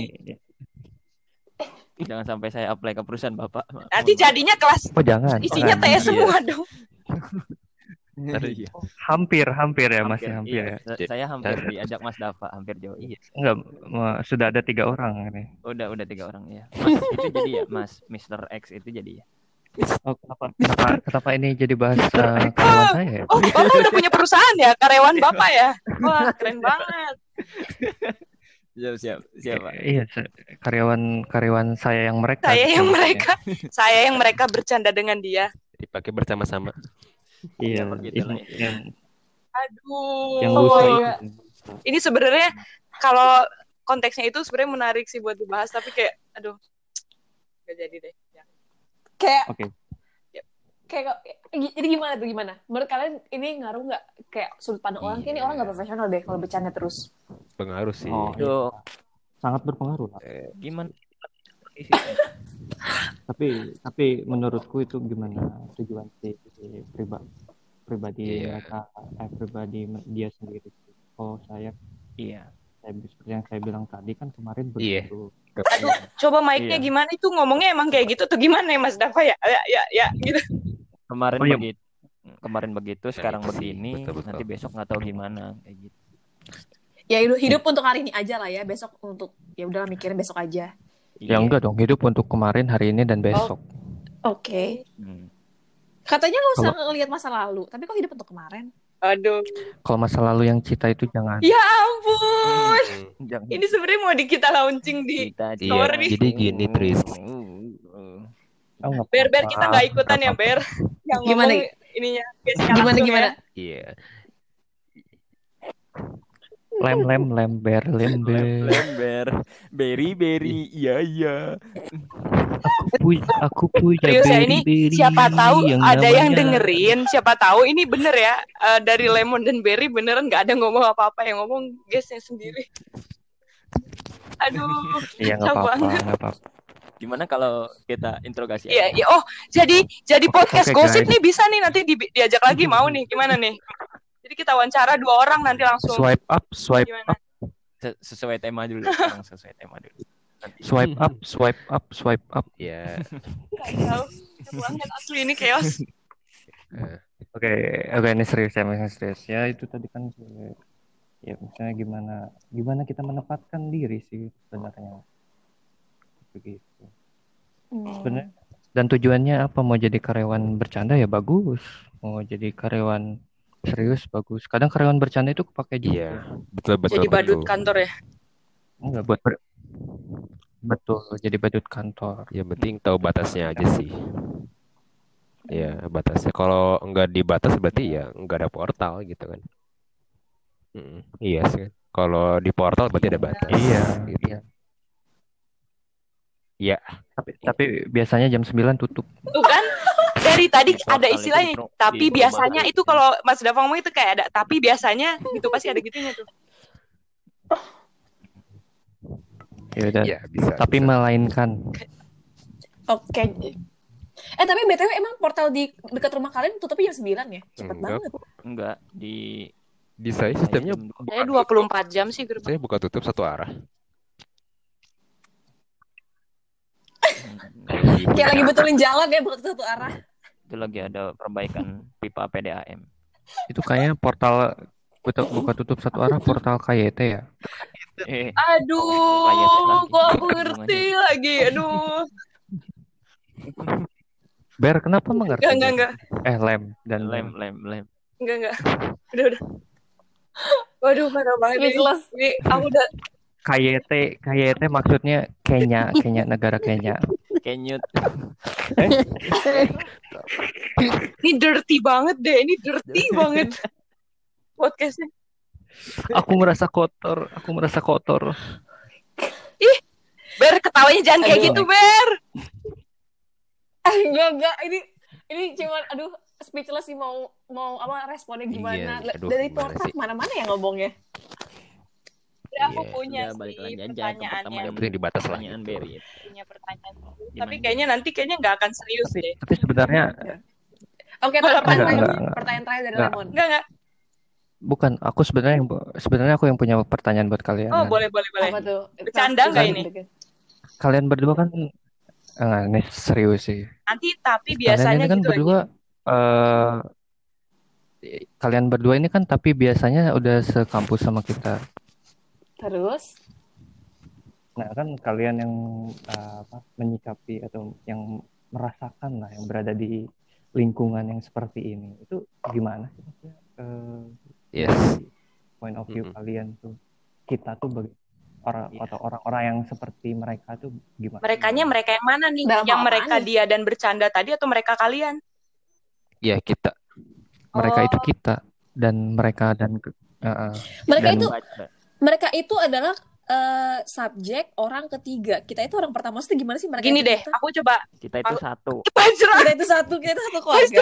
Jangan sampai saya apply ke perusahaan Bapak. Maaf, Nanti mohon jadinya kelas Oh jangan. isinya jangan. T Iya. semua dong. maaf. Aduh, iya. Hampir, hampir ya masih Hampir, hampir iya. ya. Sa- Saya hampir diajak Mas Dava, hampir jauh. Iya. Enggak, ma- sudah ada tiga orang ini. Udah udah tiga orang ya. Mas itu jadi ya, Mas mister X itu jadi ya. Oh, kenapa, kenapa, kenapa ini jadi bahas uh, karyawan saya ya? Oh, Bapak udah punya perusahaan ya? Karyawan Bapak ya? Wah, keren banget. Siap siap siap Pak. Iya, se- karyawan karyawan saya yang mereka. Saya gitu yang maksudnya. mereka, saya yang mereka bercanda dengan dia. Dipakai bersama-sama. Iya, Ya, begitulah ini- ya. yang Aduh. yang Oh lusa my itu. God. Ini sebenarnya kalau konteksnya itu sebenarnya menarik sih buat dibahas, tapi kayak aduh. Gak jadi deh. Ya. Kayak Oke. kayak jadi gimana tuh gimana? Menurut kalian ini ngaruh nggak kayak sudut pandang orang? Kayak ini Iya. orang nggak profesional deh kalau bercanda terus. Pengaruh sih. Oh, Itu Sangat berpengaruh lah. Eh, gimana? Tapi tapi menurutku itu gimana tujuan si pribadi pribadi Iya. mereka, eh, pribadi dia sendiri. Oh saya Iya. saya seperti yang saya bilang tadi kan kemarin Iya. berburu. Aduh, coba mic-nya Iya. gimana itu ngomongnya emang kayak gitu tuh gimana ya Mas Dafa ya? Ya ya ya gitu. Kemarin Oh, iya. begitu, kemarin begitu, Nah, sekarang itu sih, begini, betul-betul. nanti besok nggak tahu gimana kayak gitu. Ya hidup, hidup untuk hari ini aja lah ya. Besok untuk ya udahlah mikirin besok aja. Ya Iya. enggak dong, hidup untuk kemarin, hari ini, dan besok. Oke. Hmm. Katanya nggak usah Kalau- ngelihat masa lalu, tapi kok hidup untuk kemarin? Aduh. Kalau masa lalu yang cita itu jangan. Ya ampun. Hmm. Jangan Ini sebenarnya mau di kita launching di kita Iya, story. jadi gini, Tris. Oh, nggak Ber ber apa-apa, kita nggak ikutan nggak ya apa-apa. Ber. Yang Gimana? ngomong ininya guysnya Gimana langsung gimana? ya. Iya. Lem lem lember lember. Lember, beri beri, iya iya. Aku punya aku punya Serius ya ini beri-beri siapa tahu yang ada yang namanya- dengerin, siapa tahu ini bener ya eh, dari Lemon dan Berry beneran nggak ada ngomong apa-apa yang ngomong guysnya sendiri. Aduh, Iya nggak kacau apa-apa, banget. nggak apa-apa. Gimana kalau kita interogasi? Iya, aja? iya. Oh, jadi jadi Oke, podcast oke, gosip guys. nih bisa nih nanti di, diajak lagi mau nih gimana nih? Jadi kita wawancara dua orang nanti langsung Swipe up, swipe gimana? up, Se- sesuai tema dulu, sekarang sesuai tema dulu. Nanti. swipe up, swipe up, swipe up. Ya. Kacau. Kacau banget asli ini chaos. Eh, Oke, oke ini serius ya, ini serius ya. Itu tadi kan ya misalnya gimana gimana kita menempatkan diri sih sebenarnya begitu. Sebenarnya dan tujuannya apa? Mau jadi karyawan bercanda ya bagus, mau jadi karyawan serius bagus. Kadang karyawan bercanda itu kepake juga. Iya, betul betul Jadi badut betul. kantor ya. Enggak buat ber- betul jadi badut kantor. Yang penting tahu batasnya aja sih. Ya, batasnya. Kalau nggak dibatas berarti ya nggak ada portal gitu kan. Mm, iya sih. Kalau di portal berarti ada batas. Iya, Gitu. iya. Iya. Tapi tapi biasanya jam sembilan tutup. Tuh kan dari tadi Di ada portal istilahnya itu di pro- tapi di biasanya perumahan. itu kalau Mas Dafa ngomong itu kayak ada tapi biasanya gitu pasti ada gitunya tuh. Ya udah. Iya, bisa. Tapi bisa. melainkan Oke. Eh tapi B T W emang portal di dekat rumah kalian tutupnya jam sembilan ya? Cepet Enggak banget. kok. Enggak di Di saya sistemnya Saya dua puluh empat jam sih gerbang. saya buka tutup satu arah. Kayak lagi betulin jalan ya bukan satu arah. itu lagi ada perbaikan pipa P D A M. itu kayaknya portal buka, buka tutup satu arah portal K Y T ya. Eh, Aduh, kok aku ngerti lagi. Aduh. Ber kenapa mengerti? Enggak, enggak, enggak. Eh lem dan lem lem lem. Enggak, enggak. Udah, udah. Waduh, parah banget ini. Speechless. Ini aku udah K Y T K Y T maksudnya Kenya Kenya negara Kenya. Kenyut. ini dirty banget deh. Ini dirty banget. Podcastnya. Aku merasa kotor, aku merasa kotor. Ber, ketawanya jangan kayak Aduh. gitu, Ber. Ah, enggak enggak ini ini cuman aduh speechless sih mau mau apa responnya gimana. Iya, aduh, Dari gimana portal sih? mana-mana ya ngomongnya. Udah aku Iya. punya Udah, balik sih lagi aja ke pertanyaannya. pertama Yang penting dibatas lah. Pertanyaan gitu. Berry. Punya pertanyaan. Gimana? Tapi kayaknya nanti kayaknya nggak akan serius Tapi deh. tapi sebenarnya Oke, Enggak, pertanyaan enggak, terakhir, enggak. pertanyaan terakhir dari Enggak. Lemon. Enggak, enggak. bukan aku sebenarnya yang sebenarnya aku yang punya pertanyaan buat kalian. Oh, Nah, boleh, boleh, boleh. Apa tuh? Bercanda nggak ini? Kalian berdua kan enggak ini serius sih. Nanti tapi Kalian biasanya ini kan gitu berdua eh kalian berdua ini kan tapi biasanya udah sekampus sama kita. Terus? Nah kan kalian yang eh, apa, menyikapi atau yang merasakan lah yang berada di lingkungan yang seperti ini itu gimana sih maksudnya? Eh, Yes. dari point of view Mm-mm. kalian tuh kita tuh bagi orang Iya. atau orang-orang yang seperti mereka tuh gimana? Merekanya mereka yang mana nih? Dalam yang apaan mereka nih? dia dan bercanda tadi atau mereka kalian? Ya, kita. Mereka Oh. itu kita dan mereka dan ke- eh, eh. Mereka Dan- itu Baca. mereka itu adalah eh, subjek orang ketiga. Kita itu orang pertama. Maksudnya gimana sih mereka? Gini itu deh, kita? aku coba Kita itu Aku- satu. Fajra. Kita itu satu, kita itu satu keluarga.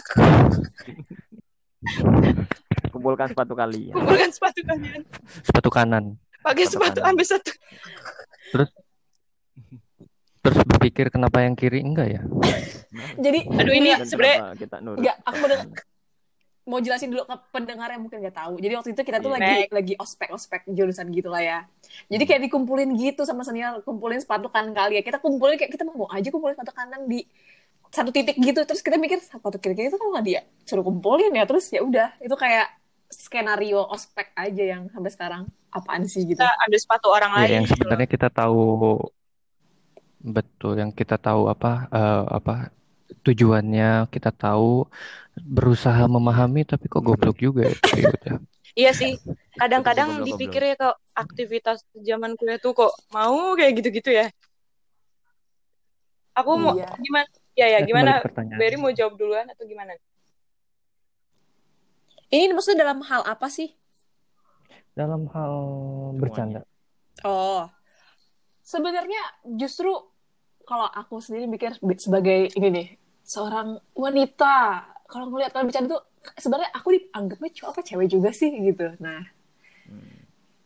Kumpulkan sepatu kalian. Kumpulkan sepatu kalian. sepatu kanan Pakai Sepatu sepatu kanan. ambil satu. terus berpikir kenapa yang kiri enggak ya? Jadi Aduh, ini enggak, sebenarnya- kenapa kita nurut? enggak, aku mau denger. mau jelasin dulu ke pendengar yang mungkin nggak tahu. Jadi waktu itu kita tuh Iya. lagi Next. lagi ospek-ospek jurusan gitu lah ya. Jadi kayak dikumpulin gitu sama senior, kumpulin sepatu kanan kali ya. Kita kumpulin kayak kita mau aja kumpulin sepatu kanan di satu titik gitu. Terus kita mikir sepatu kiri-kiri itu kan nggak dia suruh kumpulin ya. Terus ya udah itu kayak skenario ospek aja yang sampai sekarang apaan sih gitu. Kita ambil sepatu orang Ya, lain yang gitu loh. sebenarnya kita tahu betul, yang kita tahu apa eh, apa tujuannya, kita tahu berusaha memahami, tapi kok goblok juga ya. Ya udah. Iya sih, kadang-kadang Goblok-goblok. dipikir ya kok aktivitas zaman kuliah tuh kok mau kayak gitu-gitu ya. Aku mau Iya. gimana? Ya ya Nah, kembali gimana? ke pertanyaan. Berry mau jawab duluan atau gimana? Ini maksudnya dalam hal apa sih? Dalam hal bercanda. Oh, sebenarnya justru kalau aku sendiri mikir sebagai ini nih, seorang wanita, kalau ngeliat kalian bercanda tuh sebenarnya aku dianggapnya cowok apa cewek juga sih gitu. Nah, Hmm.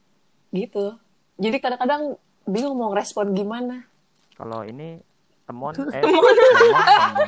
gitu. Jadi kadang-kadang bingung mau ngerespon gimana. Kalau ini temuan eh Temuan. temuan.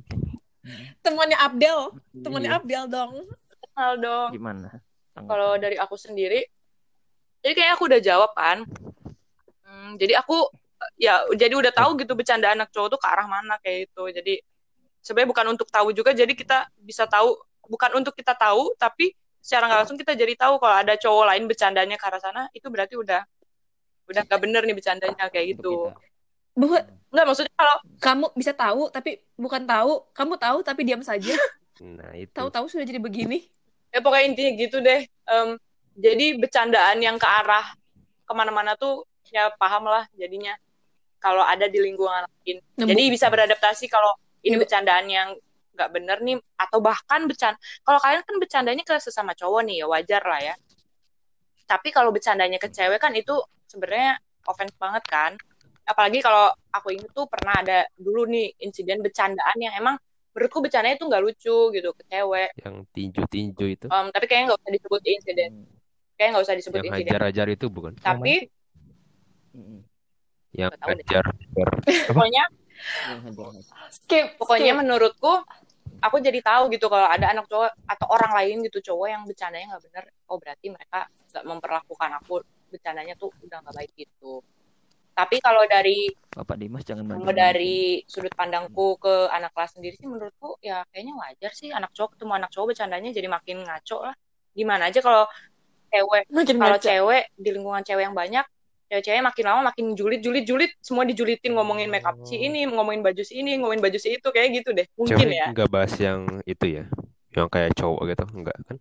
Temannya Abdel, temannya Iya. Abdel dong. Kenal dong. Gimana? Kalau dari aku sendiri, jadi kayak aku udah jawab kan. Hmm, jadi aku ya jadi udah tahu gitu bercanda anak cowok tuh ke arah mana kayak itu. Jadi sebenarnya bukan untuk tahu juga, jadi kita bisa tahu, bukan untuk kita tahu, tapi secara nggak langsung kita jadi tahu kalau ada cowok lain bercandanya ke arah sana, itu berarti udah udah nggak bener nih bercandanya kayak Untuk gitu. kita. Buat Nggak, maksudnya kalau kamu bisa tahu tapi bukan tahu, kamu tahu tapi diam saja. Nah, itu. Tahu-tahu sudah jadi begini. ya pokoknya intinya gitu deh. Em, jadi bercandaan yang ke arah kemana-mana tuh ya paham lah jadinya kalau ada di lingkungan lain. Nemu. Jadi bisa beradaptasi kalau ini Yuk. bercandaan yang nggak bener nih, atau bahkan bercanda. Kalau kalian kan bercandanya ke sesama cowok nih ya wajar lah ya. Tapi kalau bercandanya ke cewek kan itu sebenarnya offense banget kan. Apalagi kalau aku ingat tuh pernah ada dulu nih insiden bercandaan yang emang menurutku bercandanya tuh nggak lucu gitu ke cewek. Yang tinju-tinju itu. Um, tapi kayaknya nggak usah disebut insiden. Kayaknya nggak usah disebut Yang insiden. hajar-hajar itu bukan? Tapi Mm-mm. Yang Nggak tahu deh. hajar-hajar. pokoknya Yang hajar. Skip. pokoknya skip. menurutku aku jadi tahu gitu kalau ada anak cowok atau orang lain gitu cowok yang bercandanya nggak bener, oh berarti mereka nggak memperlakukan aku bercandanya tuh udah nggak baik gitu. Tapi kalau dari Bapak Dimas jangan kalau bantu. dari sudut pandangku ke anak kelas sendiri sih menurutku ya kayaknya wajar sih anak cowok ketemu anak cowok bercandanya jadi makin ngaco lah. Gimana aja kalau cewek Makin kalau ngaco. cewek di lingkungan cewek yang banyak, cewek-cewek makin lama makin julit julit julit semua dijulitin, ngomongin makeup si ini, ngomongin baju si ini, ngomongin baju si itu, kayak gitu deh mungkin Cewek ya. nggak bahas yang itu ya, yang kayak cowok gitu, enggak kan?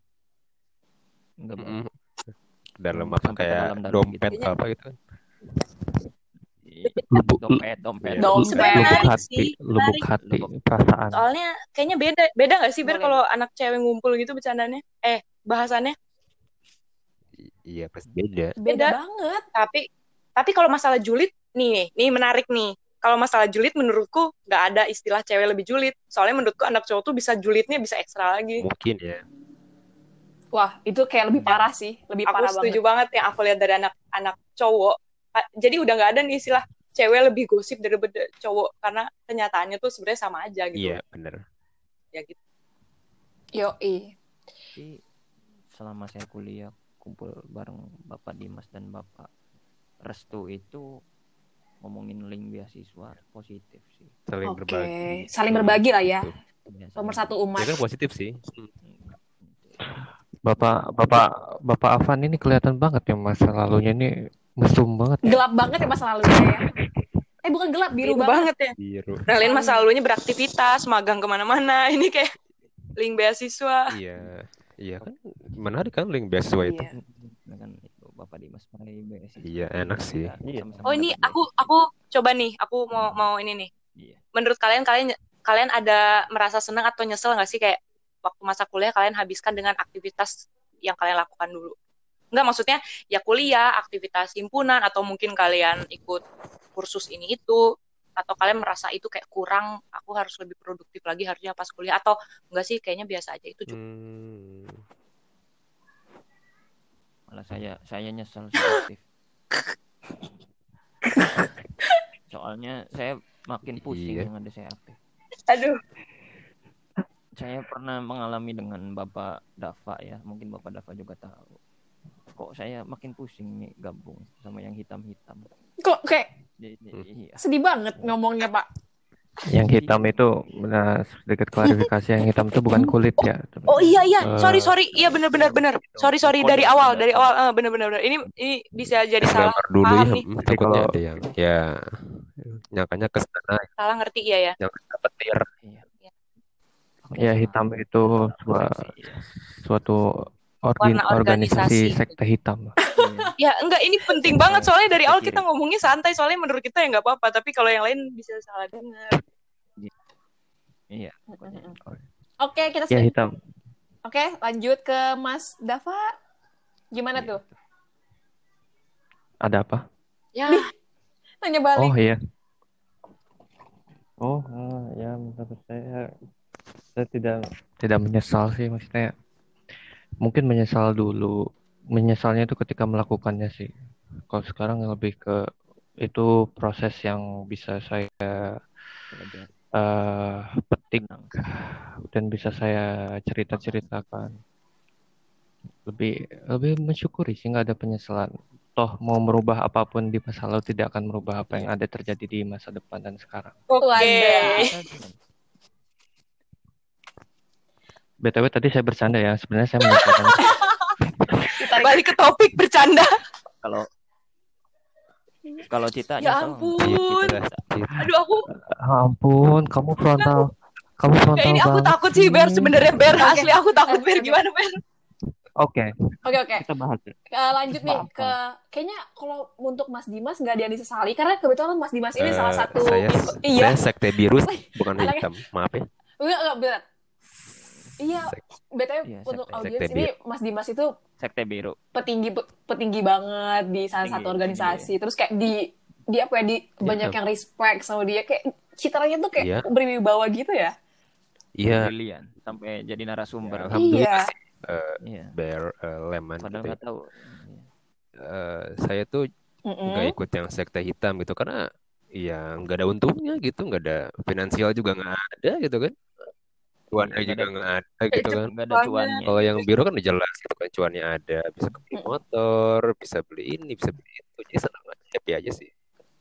Enggak, Bang. Mm-mm. Dalam Hmm, apa sampai ke kayak dalam-dalam dompet gitu. apa gitu kan? Lubuk, Dompet, dompet. Iya. lu- Sebenarnya lubuk menarik hati, sih, lubuk menarik. hati, Lubuk. perasaan. Soalnya kayaknya beda beda nggak sih Ber Boleh. kalau anak cewek ngumpul gitu bercandanya, eh bahasannya. I- Iya pasti beda. Beda Beda. banget. Tapi tapi kalau masalah julid nih nih menarik nih. Kalau masalah julid menurutku nggak ada istilah cewek lebih julid. Soalnya menurutku anak cowok tuh bisa julidnya bisa ekstra lagi. Mungkin ya. Wah, itu kayak lebih parah sih, lebih Aku parah setuju banget. banget yang aku lihat dari anak-anak cowok. Pa- Jadi udah nggak ada nih istilah cewek lebih gosip daripada cowok karena kenyataannya tuh sebenarnya sama aja gitu. Iya bener. Ya gitu. Yoi. Tapi selama saya kuliah kumpul bareng Bapak Dimas dan Bapak Restu itu ngomongin link beasiswa positif sih. Saling Oke, berbagi. saling berbagi lah ya. Gitu. Biasa. Nomor satu Ya umat. kan positif sih. Bapak, Bapak, Bapak Afan ini kelihatan banget ya masa lalunya ini mesum banget. Gelap banget ya masa lalunya ya. Eh bukan gelap, biru, Biru banget. banget ya. Biru. Kalian masa lalunya beraktivitas, magang kemana-mana. Ini kayak link beasiswa. Iya. Iya kan menarik kan link beasiswa itu. Iya. Nah, kan itu Bapak Dimas meraih beasiswa. Iya, enak sih. Kita sama-sama Oh ini dapat aku aku coba nih, aku mau mau ini nih. Iya. Menurut kalian kalian kalian ada merasa senang atau nyesel nggak sih kayak waktu masa kuliah kalian habiskan dengan aktivitas yang kalian lakukan dulu? Enggak, maksudnya ya kuliah, aktivitas himpunan, atau mungkin kalian ikut kursus ini itu, atau kalian merasa itu kayak kurang, aku harus lebih produktif lagi harusnya pas kuliah, atau enggak sih kayaknya biasa aja itu cukup. Hmm. Malah saya saya nyesel sih aktif. Soalnya saya makin pusing Iya. yang ada saya aktif. Aduh. saya pernah mengalami dengan Bapak Dava ya, mungkin Bapak Dava juga tahu. Kok saya makin pusing nih gabung sama yang hitam-hitam. Kok kayak Jadi, Hmm. iya. sedih banget ngomongnya, Pak. Yang hitam itu, nah, sedikit klarifikasi, yang hitam itu bukan kulit ya. Oh iya iya, Eh, sorry sorry, iya benar-benar benar. Sorry sorry Kode, dari awal kode. dari awal eh, benar-benar benar. Ini ini bisa jadi Yang salah gambar dulu ya, paham nih, hmm, Jadi takutnya kalau ada yang ya nyangkanya ke sana, salah ngerti ya ya. yang kena petir. Iya. ya hitam itu sebuah Iya. suatu organ, Warna organisasi. organisasi sekte hitam. Iya. Ya enggak, ini penting banget soalnya dari awal kita ngomongnya santai, soalnya menurut kita ya nggak apa-apa, tapi kalau yang lain bisa salah dengar. Iya. Oke, kita Ya skip. hitam. Oke, lanjut ke Mas Dava. Gimana Iya. tuh? Ada apa? Ya, Tanya balik. Oh iya. Oh, eh, ya menurut saya saya tidak tidak menyesal sih, maksudnya mungkin menyesal dulu, menyesalnya itu ketika melakukannya sih. Kalau sekarang lebih ke itu proses yang bisa saya Belajar. eh, petik Tenang. dan bisa saya cerita-ceritakan. Lebih lebih mensyukuri sih, nggak ada penyesalan. Toh mau merubah apapun di masa lalu tidak akan merubah apa yang ada terjadi di masa depan dan sekarang. oke. Wadah. B T W tadi saya bercanda ya, sebenarnya saya menyesalkan. Ditarik. Balik ke topik bercanda. Kalau kalau Cita Ya nyesel. ampun. Iya, kita, kita. Aduh aku Ah, ampun, kamu frontal. Kamu frontal kayak ini aku banget takut sih Ber, sih. sebenarnya Ber, Oke. asli aku takut Ber, Oke. gimana Ber? Oke, Oke, oke. kita bahas ya. Eh, lanjut nih Maaf, ke kayaknya kalau untuk Mas Dimas nggak ada yang disesali karena kebetulan Mas Dimas ini Eh, salah satu saya iya. saya sekte biru bukan Anaknya. hitam, maaf ya. Enggak, enggak benar. Iya, Sek- B T W Iya, untuk sekte- audiens sekte ini Mas Dimas itu Sekte biru. petinggi petinggi banget di salah Tinggi, satu organisasi. tinggi. Terus kayak di di apa ya di banyak yang respect sama dia kayak citranya tuh kayak Iya. berwibawa gitu ya. Iya, Brilian sampai jadi narasumber. alhamdulillah Iya. sih, eh, Iya. Bear eh, Leman Padahal gitu ya. nggak tahu. Eh, saya tuh Mm-mm. nggak ikut yang sekte hitam gitu karena ya nggak ada untungnya gitu, nggak ada finansial juga nggak ada gitu kan, cuannya Iya, nggak juga ada- nggak ada gitu kan. Nggak ada cuannya. Kalau yang biru kan udah jelas gitu kan, cuannya ada, bisa beli motor, bisa beli ini, bisa beli itu, jadi senang aja, happy aja sih.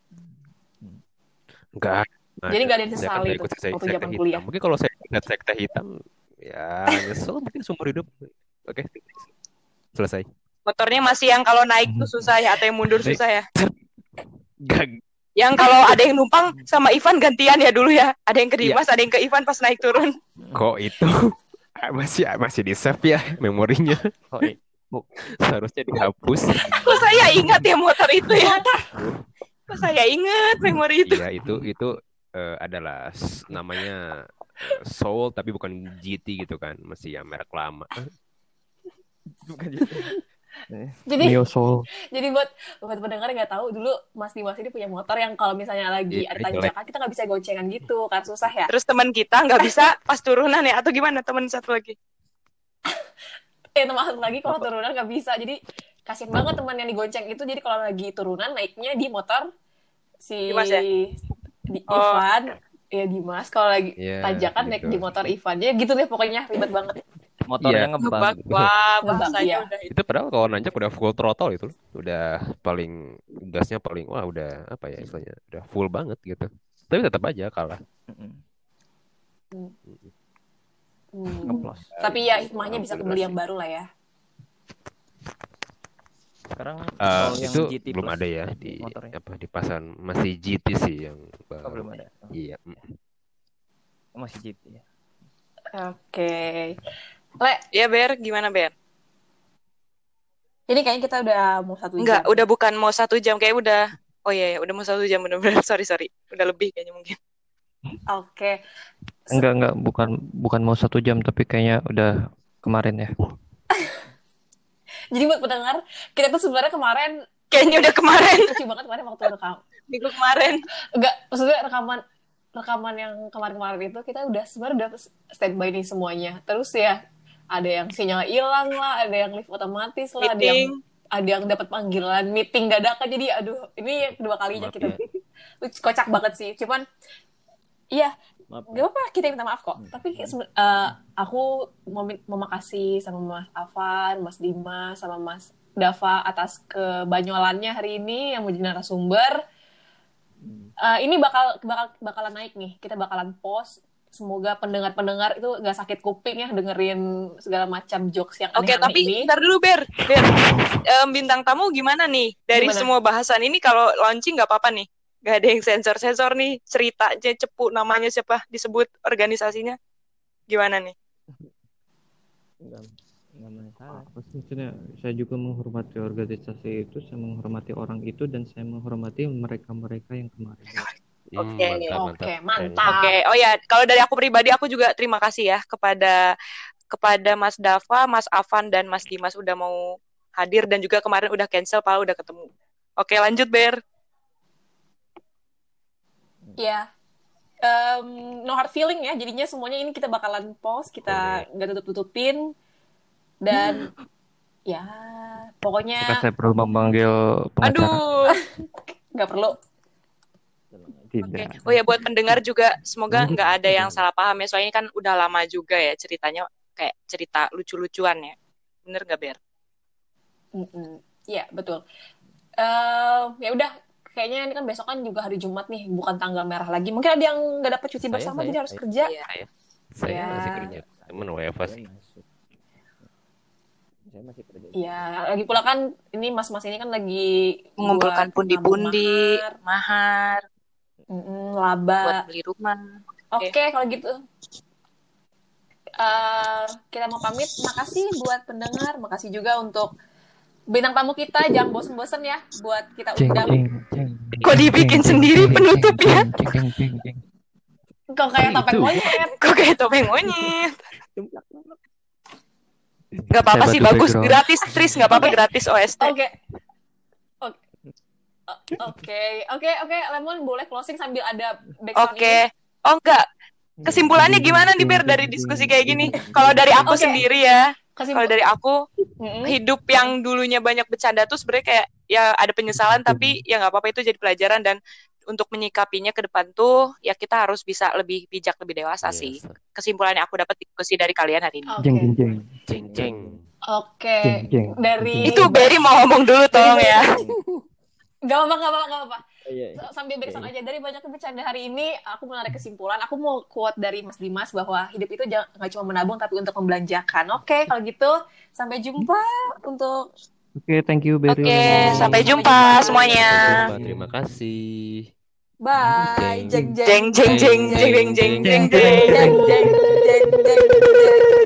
Enggak. Jadi nggak ada yang Saya kan sesali nggak tuh ikut sekte, waktu sekte zaman hitam. kuliah. Mungkin kalau saya ingat sekte hitam, ya nyesel mungkin seumur hidup. Oke, selesai. Motornya masih yang kalau naik tuh susah ya, atau yang mundur susah ya. Gak, Yang kalau ada yang numpang sama Ivan gantian ya dulu ya. Ada yang ke Iya. Dimas, ada yang ke Ivan pas naik turun. kok itu masih masih di save ya memorinya. Oh, i- Seharusnya dihapus. Kok saya ingat ya motor itu ya? Kok saya ingat memori itu? Iya, itu itu eh, adalah s- namanya eh, Soul tapi bukan G T gitu kan, masih yang merek lama. bukan gitu. Jadi Mio Soul. jadi buat buat pendengar nggak tahu dulu Mas Dimas ini punya motor yang kalau misalnya lagi Iya, ada jelek. tanjakan kita nggak bisa goncengan gitu kan susah ya. Terus teman kita nggak bisa pas turunan ya, atau gimana teman satu lagi? Eh termasuk lagi kalau turunan nggak bisa jadi kasian banget teman yang digonceng itu jadi kalau lagi turunan naiknya di motor si Dimas ya? di Oh. Ivan ya Dimas kalau lagi Iya, tanjakan naik gitu. di motor Ivan ya gitu deh pokoknya ribet banget. Motornya Iya. ngebug. Ngebak, wah, Ngebak, bahasanya iya. udah itu. Itu padahal kalau nanjak udah full throttle itu, udah paling gasnya paling wah udah apa ya istilahnya, udah full banget gitu. Tapi tetap aja kalah. Mm-mm. Hmm. Ngeplos. Tapi ya hikmahnya bisa Alhamdulillah kebeli sih. yang baru lah ya. Sekarang Eh, kalau yang itu G T belum Plus ada ya di motornya. apa di pasaran, masih G T sih yang Oh, baru. belum ada. Iya. mm. Oh, masih G T ya. Oke. Le, Ya Ber, gimana Ber? ini kayaknya kita udah mau satu Enggak, jam. udah bukan mau satu jam, kayak udah. Oh iya, ya, udah mau satu jam bener-bener. Sorry sorry, udah lebih kayaknya mungkin. Oke. Enggak, enggak, bukan bukan mau satu jam, tapi kayaknya udah kemarin ya. Jadi buat pendengar, kita tuh sebenarnya kemarin Kayaknya udah kemarin, lucu banget kemarin waktu rekam. minggu kemarin. Enggak, maksudnya rekaman rekaman yang kemarin-kemarin itu kita udah sebenarnya udah standby nih semuanya. Terus ya ada yang sinyal hilang lah, ada yang lift otomatis lah, ada yang Meeting. ada yang dapat panggilan meeting dadakan. Jadi aduh, ini yang kedua kalinya Maaf kita ya. kocak banget sih. Cuman iya, Maaf. Gak apa-apa, kita minta maaf kok. Tapi uh, aku mau, mau makasih sama Mas Afan, Mas Dimas, sama Mas Dava atas kebanyolannya hari ini yang menjadi narasumber. Uh, ini bakal, bakal bakalan naik nih. Kita bakalan post. Semoga pendengar-pendengar itu gak sakit kuping ya dengerin segala macam jokes yang Oke, aneh-aneh tapi ini. ntar dulu Ber. Ber. Um, bintang tamu gimana nih? Dari Gimana? semua bahasan ini kalau launching gak apa-apa nih? Gak ada yang sensor-sensor nih. Cerita aja cepu namanya siapa disebut organisasinya. Gimana nih? Enggak, enggak masalah. Apa sih, maksudnya saya juga menghormati organisasi itu, saya menghormati orang itu, dan saya menghormati mereka-mereka yang kemarin. Hmm, Oke. mantap, mantap. Oke, Keren. mantap. Oke, oh ya, kalau dari aku pribadi aku juga terima kasih ya kepada kepada Mas Dava, Mas Afan dan Mas Dimas udah mau hadir dan juga kemarin udah cancel, padahal udah ketemu. Oke, lanjut Ber. Ya, um, no hard feeling ya. Jadinya semuanya ini kita bakalan post, kita nggak tutup-tutupin dan ya Apakah pokoknya saya perlu memanggil pengacara? Aduh. nggak perlu. Tidak. Oke. Oh ya, buat pendengar juga semoga Lanjut. nggak ada yang salah paham ya. Soalnya kan udah lama juga ya ceritanya, kayak cerita lucu-lucuan ya. Bener nggak Ber? Mm-mm. Iya betul. Uh, ya udah, kayaknya ini kan besok kan juga hari Jumat nih, bukan tanggal merah lagi. Mungkin ada yang nggak dapat cuti Saya- bersama saya- jadi harus saya- kerja. Iya. Saya, saya Ya. masih kerja. Temen W F A Saya sih. masuk. Saya masih kerja. Iya, lagi pula kan ini mas-mas ini kan lagi Mengumpulkan buat pundi-pundi, nabung mahar, mahar, mm-mm, buat laba. beli rumah. Oke, kalau gitu eh kita mau pamit. Makasih buat pendengar, makasih juga untuk bintang tamu kita. Jangan bosen-bosen ya buat kita Jeng, undang. jeng, jeng, Kok dibikin jeng, sendiri jeng, penutupnya? jeng, jeng, jeng, jeng, jeng. Kok kayak topeng Itu. monyet. Kok kayak topeng monyet? Gak apa-apa Saya sih, bantu bagus. background. Gratis, Tris. Gak apa-apa, Oke. gratis O S T. Oke. Oke. Oke, oke, oke. Lemon boleh closing sambil ada background Oke. ini. Oh enggak. Kesimpulannya gimana nih Ber dari diskusi kayak gini? Kalau dari aku Oke. sendiri ya, Kesimpu- kalau dari aku Mm-mm. hidup yang dulunya banyak bercanda tuh sebenarnya kayak ya ada penyesalan, tapi ya nggak apa-apa, itu jadi pelajaran. Dan untuk menyikapinya ke depan tuh ya kita harus bisa lebih bijak, lebih dewasa Yes. sih. Kesimpulannya aku dapat diskusi dari kalian hari ini. Oke. Jeng, jeng, jeng. Ceng ceng. Oke. Jeng, jeng. Dari Itu Berry mau ngomong dulu tolong ya. Gak apa-apa, gak apa-apa, gak apa. Iya. Sambil backsound aja, dari banyak bercanda hari ini, aku menarik kesimpulan. Aku mau quote dari Mas Dimas bahwa hidup itu jangan nggak cuma menabung tapi untuk membelanjakan. Oke, kalau gitu sampai jumpa untuk Oke, thank you very Oke, much. sampai jumpa semuanya. Sampai jumpa, terima kasih. bye. Jeng. Jeng jeng Jeng jeng jeng jeng jeng jeng jeng jeng. jeng jeng jeng jeng jeng.